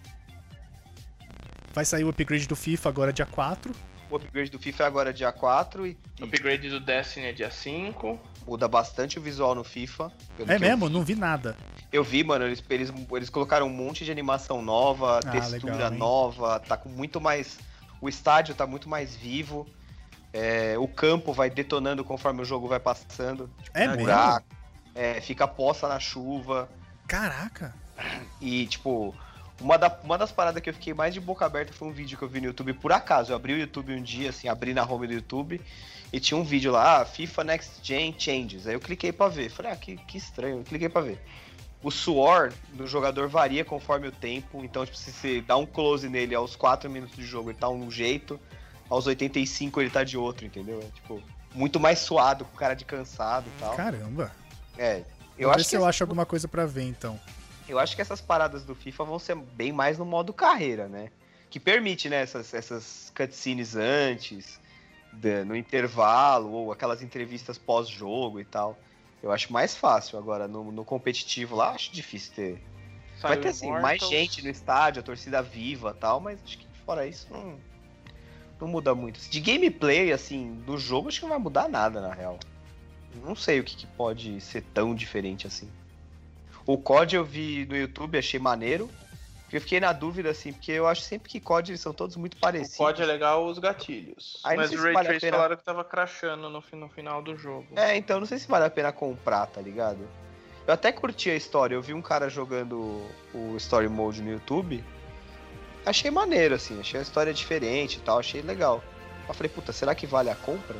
Vai sair o upgrade do FIFA agora dia 4. O upgrade do FIFA é agora dia 4 e O upgrade do Destiny é dia 5. muda bastante o visual no FIFA. Mesmo? Não vi nada. Eu vi, mano, eles colocaram um monte de animação nova, textura legal, nova, tá com muito mais... O estádio tá muito mais vivo, o campo vai detonando conforme o jogo vai passando. Mesmo? Fica poça na chuva. Caraca. E, tipo, uma das paradas que eu fiquei mais de boca aberta foi um vídeo que eu vi no YouTube, por acaso. Eu abri o YouTube um dia, assim, abri na home do YouTube, e tinha um vídeo lá, FIFA Next Gen Changes. Aí eu cliquei pra ver. Falei, que estranho, eu cliquei pra ver. o suor do jogador varia conforme o tempo. Então, tipo, se você dá um close nele aos 4 minutos de jogo, ele tá um jeito. Aos 85 ele tá de outro, entendeu? É, tipo, muito mais suado, com cara de cansado e tal. Caramba. Eu Vou ver acho se que eu acho alguma coisa pra ver, então. Eu acho que essas paradas do FIFA vão ser bem mais no modo carreira, né? Que permite, né, essas cutscenes antes, no intervalo, ou aquelas entrevistas pós-jogo e tal. Eu acho mais fácil. Agora, no competitivo lá, acho difícil ter. Vai ter, assim, mais gente no estádio, a torcida viva e tal, mas acho que fora isso não muda muito. De gameplay, assim, do jogo, acho que não vai mudar nada, na real. Não sei o que pode ser tão diferente assim. O COD eu vi no YouTube, achei maneiro. Eu fiquei na dúvida, assim, porque eu acho sempre que COD eles são todos muito parecidos. O COD é legal os gatilhos. Aí, mas não o sei se Ray vale a Trace pena- falaram que tava crashando no final do jogo. Então não sei se vale a pena comprar, tá ligado? Eu até curti a história, eu vi um cara jogando o Story Mode no YouTube. Achei maneiro, assim, achei a história diferente e tal, achei legal. Eu falei, puta, será que vale a compra?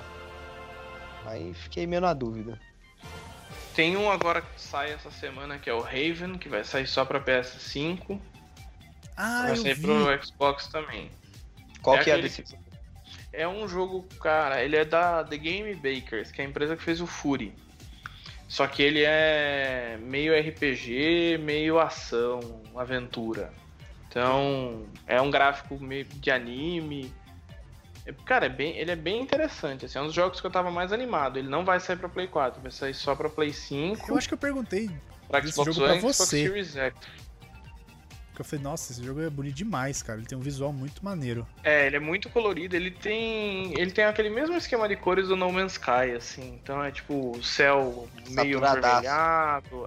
Aí fiquei meio na dúvida. Tem um agora que sai essa semana, que é o Raven, que vai sair só pra PS5. Ah, vai eu sair vi. pro Xbox também. Qual É que é aquele desse... É um jogo, cara, ele é da The Game Bakers, que é a empresa que fez o Fury. Só que ele é meio RPG, meio ação, aventura. Então, é um gráfico meio de anime. Cara, ele é bem interessante, assim, é um dos jogos que eu tava mais animado. Ele não vai sair pra Play 4, vai sair só pra Play 5, Eu acho que eu perguntei, pra desse Xbox jogo pra One e Xbox você. Series X. porque eu falei, nossa, esse jogo é bonito demais, cara. Ele tem um visual muito maneiro. É, ele é muito colorido, ele tem aquele mesmo esquema de cores do No Man's Sky, assim. Então é tipo o céu meio Saturadaço. avermelhado,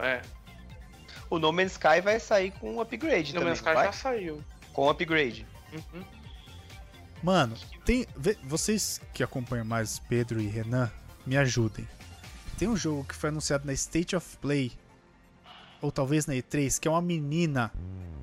O No Man's Sky vai sair com um upgrade No também, Man's Sky não vai? já saiu. Com upgrade. Uhum. Mano, vocês que acompanham mais Pedro e Renan, me ajudem. Tem um jogo que foi anunciado na State of Play, ou talvez na E3, que é uma menina.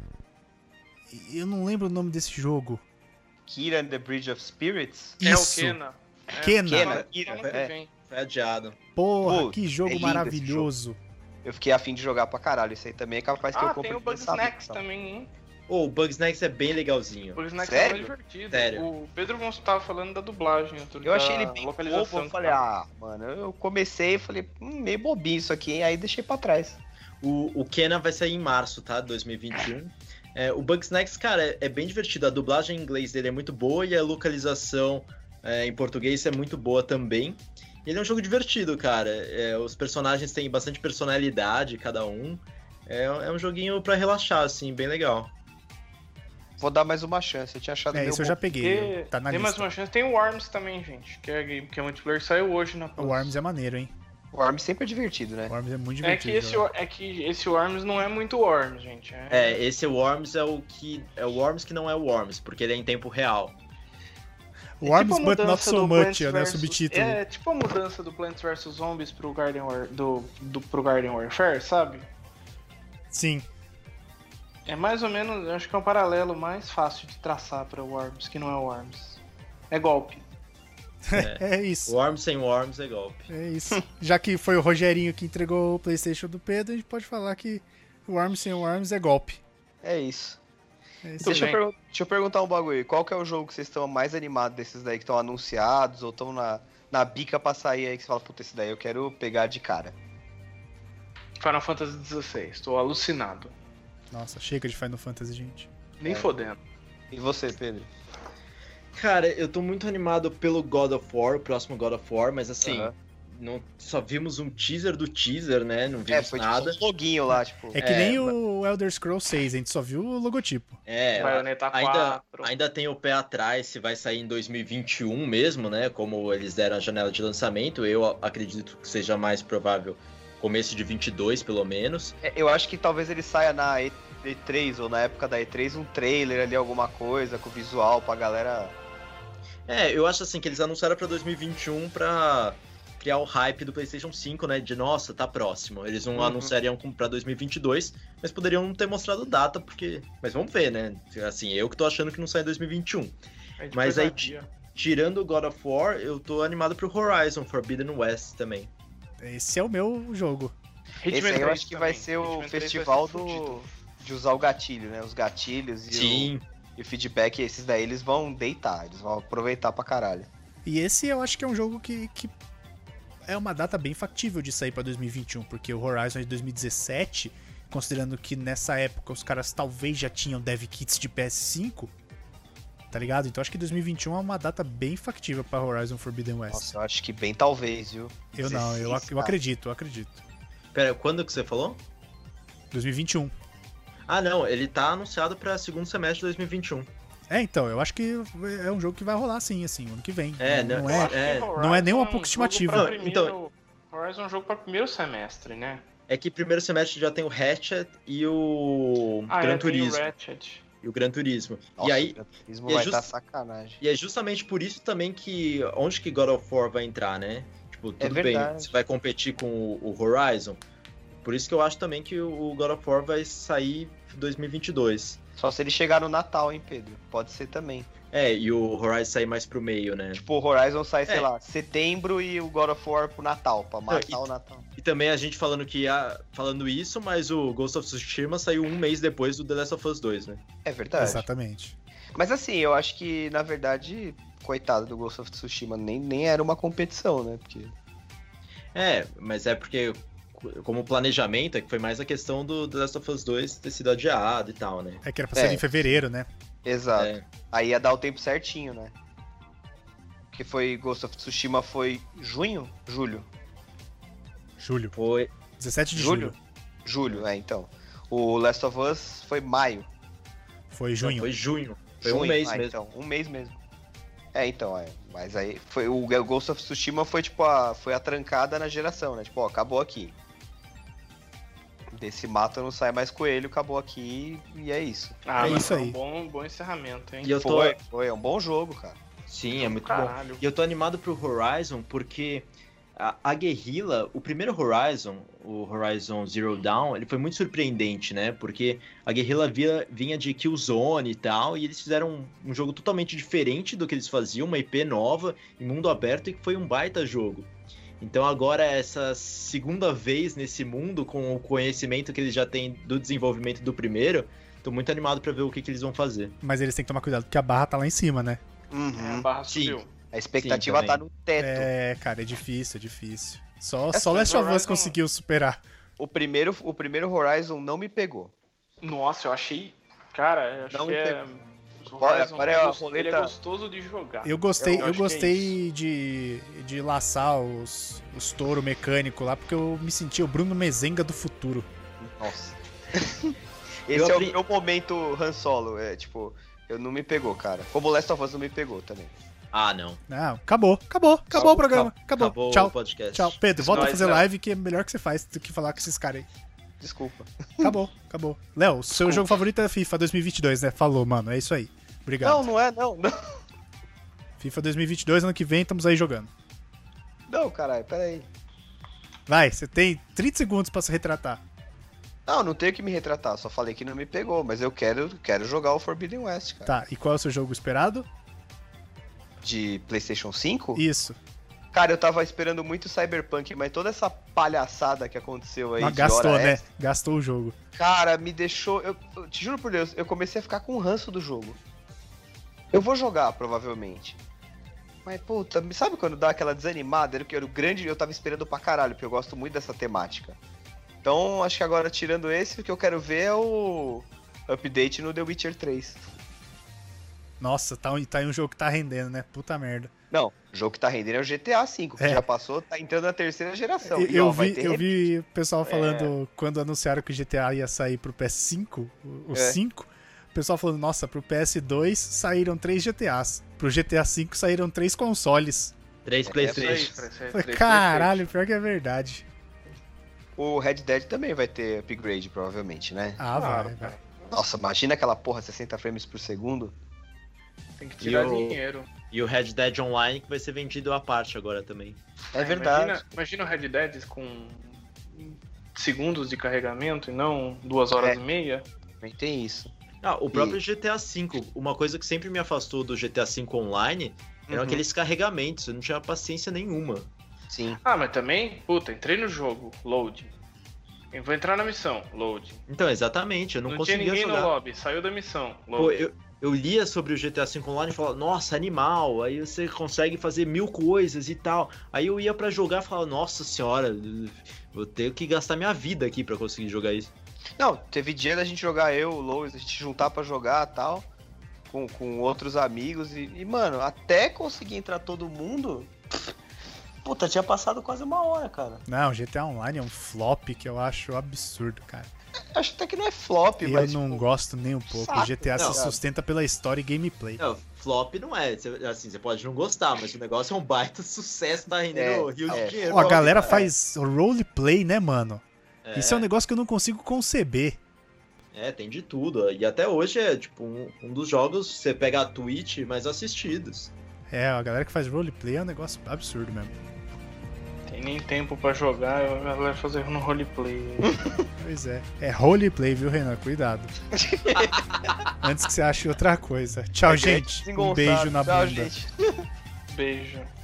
Eu não lembro o nome desse jogo. Kira and the Bridge of Spirits? Isso. É o Kena. Kena. Kena. Kira, É. Foi adiado. Porra, Pô, que jogo é lindo esse maravilhoso. Eu fiquei afim de jogar pra caralho. Isso aí também é capaz que eu compre. Tem o Bugsnax também, hein? O Bugsnax é bem legalzinho. O Bugsnax Sério? é muito divertido. Sério. O Pedro Gonçalves tava falando da dublagem. Eu achei ele da bem localização. fofo. Eu falei, mano, eu comecei e falei, meio bobinho isso aqui, hein? Aí deixei pra trás. O Kena vai sair em março, tá? 2021. O Bugsnax, cara, é bem divertido. A dublagem em inglês dele é muito boa e a localização em português é muito boa também. Ele é um jogo divertido, cara. Os personagens têm bastante personalidade, cada um. É um joguinho pra relaxar, assim, bem legal. Vou dar mais uma chance. Eu tinha achado meio Isso eu já peguei. Tá na Tem mais lista. uma chance. Tem o Worms também, gente. Que é multiplayer, saiu hoje na Plus. O Worms é maneiro, hein? O Arm sempre é divertido, né? O Worms é muito É que divertido. esse Worms não é muito Worms, gente. Esse Worms é o Worms que não é o Worms, porque ele é em tempo real. O Worms, tipo a but not mudança so do much, Plants né? O versus- subtítulo. É tipo a mudança do Plants vs Zombies pro Garden pro Garden Warfare, sabe? Sim. É mais ou menos, eu acho que é um paralelo mais fácil de traçar pra Worms, que não é o Worms. É golpe. É isso. Worms sem Worms é golpe. É isso. Já que foi o Rogerinho que entregou o PlayStation do Pedro, a gente pode falar que o Worms sem Worms é golpe. É isso. É isso. Deixa bem. eu perguntar um bagulho. Qual que é o jogo que vocês estão mais animados desses daí que estão anunciados ou estão na bica pra sair aí que você fala, puta, esse daí eu quero pegar de cara? Final Fantasy XVI, tô alucinado. Nossa, chega de Final Fantasy, gente. Nem fodendo. E você, Pedro? Cara, eu tô muito animado pelo God of War, o próximo God of War, mas assim, Aham. só vimos um teaser do teaser, né? Não vimos Foi nada. tipo um loguinho lá, tipo. É que nem o Elder Scrolls 6, a gente só viu o logotipo. Bayonetta 4. Ainda tem o pé atrás se vai sair em 2021 mesmo, né? Como eles deram a janela de lançamento, eu acredito que seja mais provável começo de 22, pelo menos. Eu acho que talvez ele saia na E3 ou na época da E3 um trailer ali, alguma coisa com visual pra galera. Eu acho assim que eles anunciaram pra 2021 pra criar o hype do PlayStation 5, né? De nossa, tá próximo. Eles não anunciariam pra 2022, mas poderiam não ter mostrado data, porque. Mas vamos ver, né? Assim, eu que tô achando que não sai em 2021. Mas aí, tirando o God of War, eu tô animado pro Horizon Forbidden West também. Esse é o meu jogo. Esse aí eu 3 acho que vai também. ser o Hitman 3 vai festival ser fudido. de usar o gatilho, né? Os gatilhos Sim. e o feedback, esses daí eles vão deitar, eles vão aproveitar pra caralho. E esse eu acho que é um jogo que é uma data bem factível de sair pra 2021, porque o Horizon é de 2017, considerando que nessa época os caras talvez já tinham dev kits de PS5, tá ligado? Então acho que 2021 é uma data bem factível pra Horizon Forbidden West. Nossa, eu acho que bem talvez, viu? eu não, eu 16, acredito. Pera, quando que você falou? 2021. Ah, não, ele tá anunciado pra segundo semestre de 2021. Então, eu acho que é um jogo que vai rolar sim, assim, ano que vem. É, não, não- é, Eu acho que Horizon não é nem uma um pouco jogo estimativa. pra Não, primeiro- então- Horizon é um jogo para primeiro semestre, né? É que primeiro semestre já tem o Ratchet e o Gran Tem o Turismo. Ratchet. E o Gran Turismo. Nossa, E aí, o Gran Turismo e é vai just- estar sacanagem. e é justamente por isso também que onde que God of War vai entrar, né? Tipo, tudo bem, verdade. você vai competir com o Horizon. Por isso que eu acho também que o God of War vai sair em 2022. Só se ele chegar no Natal, hein, Pedro? Pode ser também. É, e o Horizon sair mais pro meio, né? Tipo, o Horizon sai, sei É. lá, setembro e o God of War pro Natal, pra matar Não, o Natal. E também a gente falando falando isso, mas o Ghost of Tsushima saiu um mês depois do The Last of Us 2, né? É verdade. Exatamente. Mas assim, eu acho que, na verdade, coitado do Ghost of Tsushima, nem era uma competição, né? Porque... É, mas é porque como planejamento, é que foi mais a questão do The Last of Us 2 ter sido adiado e tal, né? É que era pra ser em fevereiro, né? Exato. É. Aí ia dar o tempo certinho, né? Que foi Ghost of Tsushima foi junho? Julho. Julho. Foi. 17 de julho. Julho, então. O Last of Us foi maio. Foi junho. Foi junho. Foi um Junho. mês mesmo. Então, um mês mesmo. Mas aí foi o Ghost of Tsushima foi tipo foi a trancada na geração, né? Tipo, ó, acabou aqui. Desse mato não sai mais coelho, acabou aqui e é isso. É Mas isso aí. Um bom encerramento, hein? E eu tô. É um bom jogo, cara. Sim, é muito bom. Caralho. E eu tô animado pro Horizon porque a Guerrilla, o primeiro Horizon, o Horizon Zero Dawn, ele foi muito surpreendente, né? Porque a Guerrilla vinha de Killzone e tal, e eles fizeram um jogo totalmente diferente do que eles faziam, uma IP nova, em mundo aberto, e que foi um baita jogo. Então agora, essa segunda vez nesse mundo, com o conhecimento que eles já têm do desenvolvimento do primeiro, tô muito animado pra ver o que eles vão fazer. Mas eles têm que tomar cuidado, porque a barra tá lá em cima, né? A barra Sim. subiu. A expectativa Sim, tá também. no teto. É, cara, é difícil. Só Essa Last of Us Horizon- conseguiu superar. O primeiro Horizon não me pegou. Nossa, eu achei. Cara, eu acho Não que me é. pegou. O Horizon Agora é a ele roleta- é gostoso de jogar. Eu gostei, Eu eu acho que é gostei de laçar os touro mecânico lá, porque eu me senti o Bruno Mezenga do futuro. Nossa. Eu Esse é apre- o meu momento Han Solo. É tipo, eu não me pegou, cara. Como o Last of Us não me pegou também. Ah, não. Não, acabou o programa. Acabou. o Tchau. podcast. Tchau. Pedro, volta a Nós, fazer Léo. live, que é melhor que você faz do que falar com esses caras aí. Desculpa. Acabou. Léo, seu jogo favorito é FIFA 2022, né? Falou, mano. É isso aí. Obrigado. Não é, não. FIFA 2022, ano que vem, estamos aí jogando. Não, caralho, pera aí. Vai, você tem 30 segundos pra se retratar. Não tenho que me retratar. Só falei que não me pegou, mas eu quero jogar o Forbidden West, cara. Tá, e qual é o seu jogo esperado? De PlayStation 5? Isso. Cara, eu tava esperando muito o Cyberpunk, mas toda essa palhaçada que aconteceu aí Mas de gastou, hora né? extra, Gastou o jogo. cara, me deixou... Eu te juro por Deus, eu comecei a ficar com ranço do jogo. Eu vou jogar, provavelmente. Mas, puta, sabe quando dá aquela desanimada? Eu tava esperando pra caralho, porque eu gosto muito dessa temática. Então, acho que agora, tirando esse, o que eu quero ver é o update no The Witcher 3. Nossa, tá aí um jogo que tá rendendo, né? Puta merda. Não, o jogo que tá rendendo é o GTA V, que É. já passou, tá entrando na terceira geração. E, Eu ó, vai ter vi o pessoal falando, É. quando anunciaram que o GTA ia sair pro PS5, o É. 5, o pessoal falando, nossa, pro PS2 saíram 3 GTAs. Pro GTA V saíram 3 consoles. 3 É, PlayStation. Falei, caralho, pior que é verdade. O Red Dead também vai ter upgrade, provavelmente, né? Ah, Claro, vai. Nossa, imagina aquela porra 60 frames por segundo. Tem que tirar E o- dinheiro. E o Red Dead Online que vai ser vendido à parte agora também. É verdade. Imagina o Red Dead com segundos de carregamento e não 2 horas e meia. Também tem isso. Ah, o próprio GTA V, uma coisa que sempre me afastou do GTA V Online eram Uhum. aqueles carregamentos, eu não tinha paciência nenhuma. Sim. Ah, mas também, puta, entrei no jogo, load. Eu vou entrar na missão, load. Então, exatamente, eu não Não tinha conseguia ninguém jogar. no lobby, saiu da missão, Pô, load. eu lia sobre o GTA V Online e falava, nossa, animal, aí você consegue fazer 1000 coisas e tal. Aí eu ia pra jogar e falava, nossa senhora, vou ter que gastar minha vida aqui pra conseguir jogar isso. Não, teve dia da gente jogar o Lois, a gente juntar pra jogar e tal, com outros amigos, e, mano, até conseguir entrar todo mundo, puta, tinha passado quase 1 hora, cara. Não, GTA Online é um flop que eu acho absurdo, cara. Acho até que não é flop, Eu mas... não tipo, gosto nem um pouco. saco, O GTA não, se sustenta pela história e gameplay. Não, flop não é, assim, você pode não gostar, mas o negócio é um baita sucesso, tá rendendo rio de dinheiro. Ó, a galera faz roleplay, né, mano? É. Isso é um negócio que eu não consigo conceber. É, tem de tudo. E até hoje é, tipo, um dos jogos, você pega a Twitch mais assistidos. É, a galera que faz roleplay é um negócio absurdo mesmo. Tem nem tempo pra jogar, a galera fazendo roleplay. Pois é. É roleplay, viu, Renan? Cuidado. Antes que você ache outra coisa. Tchau, gente. Um desengonçado. beijo na Tchau, bunda. gente. Beijo.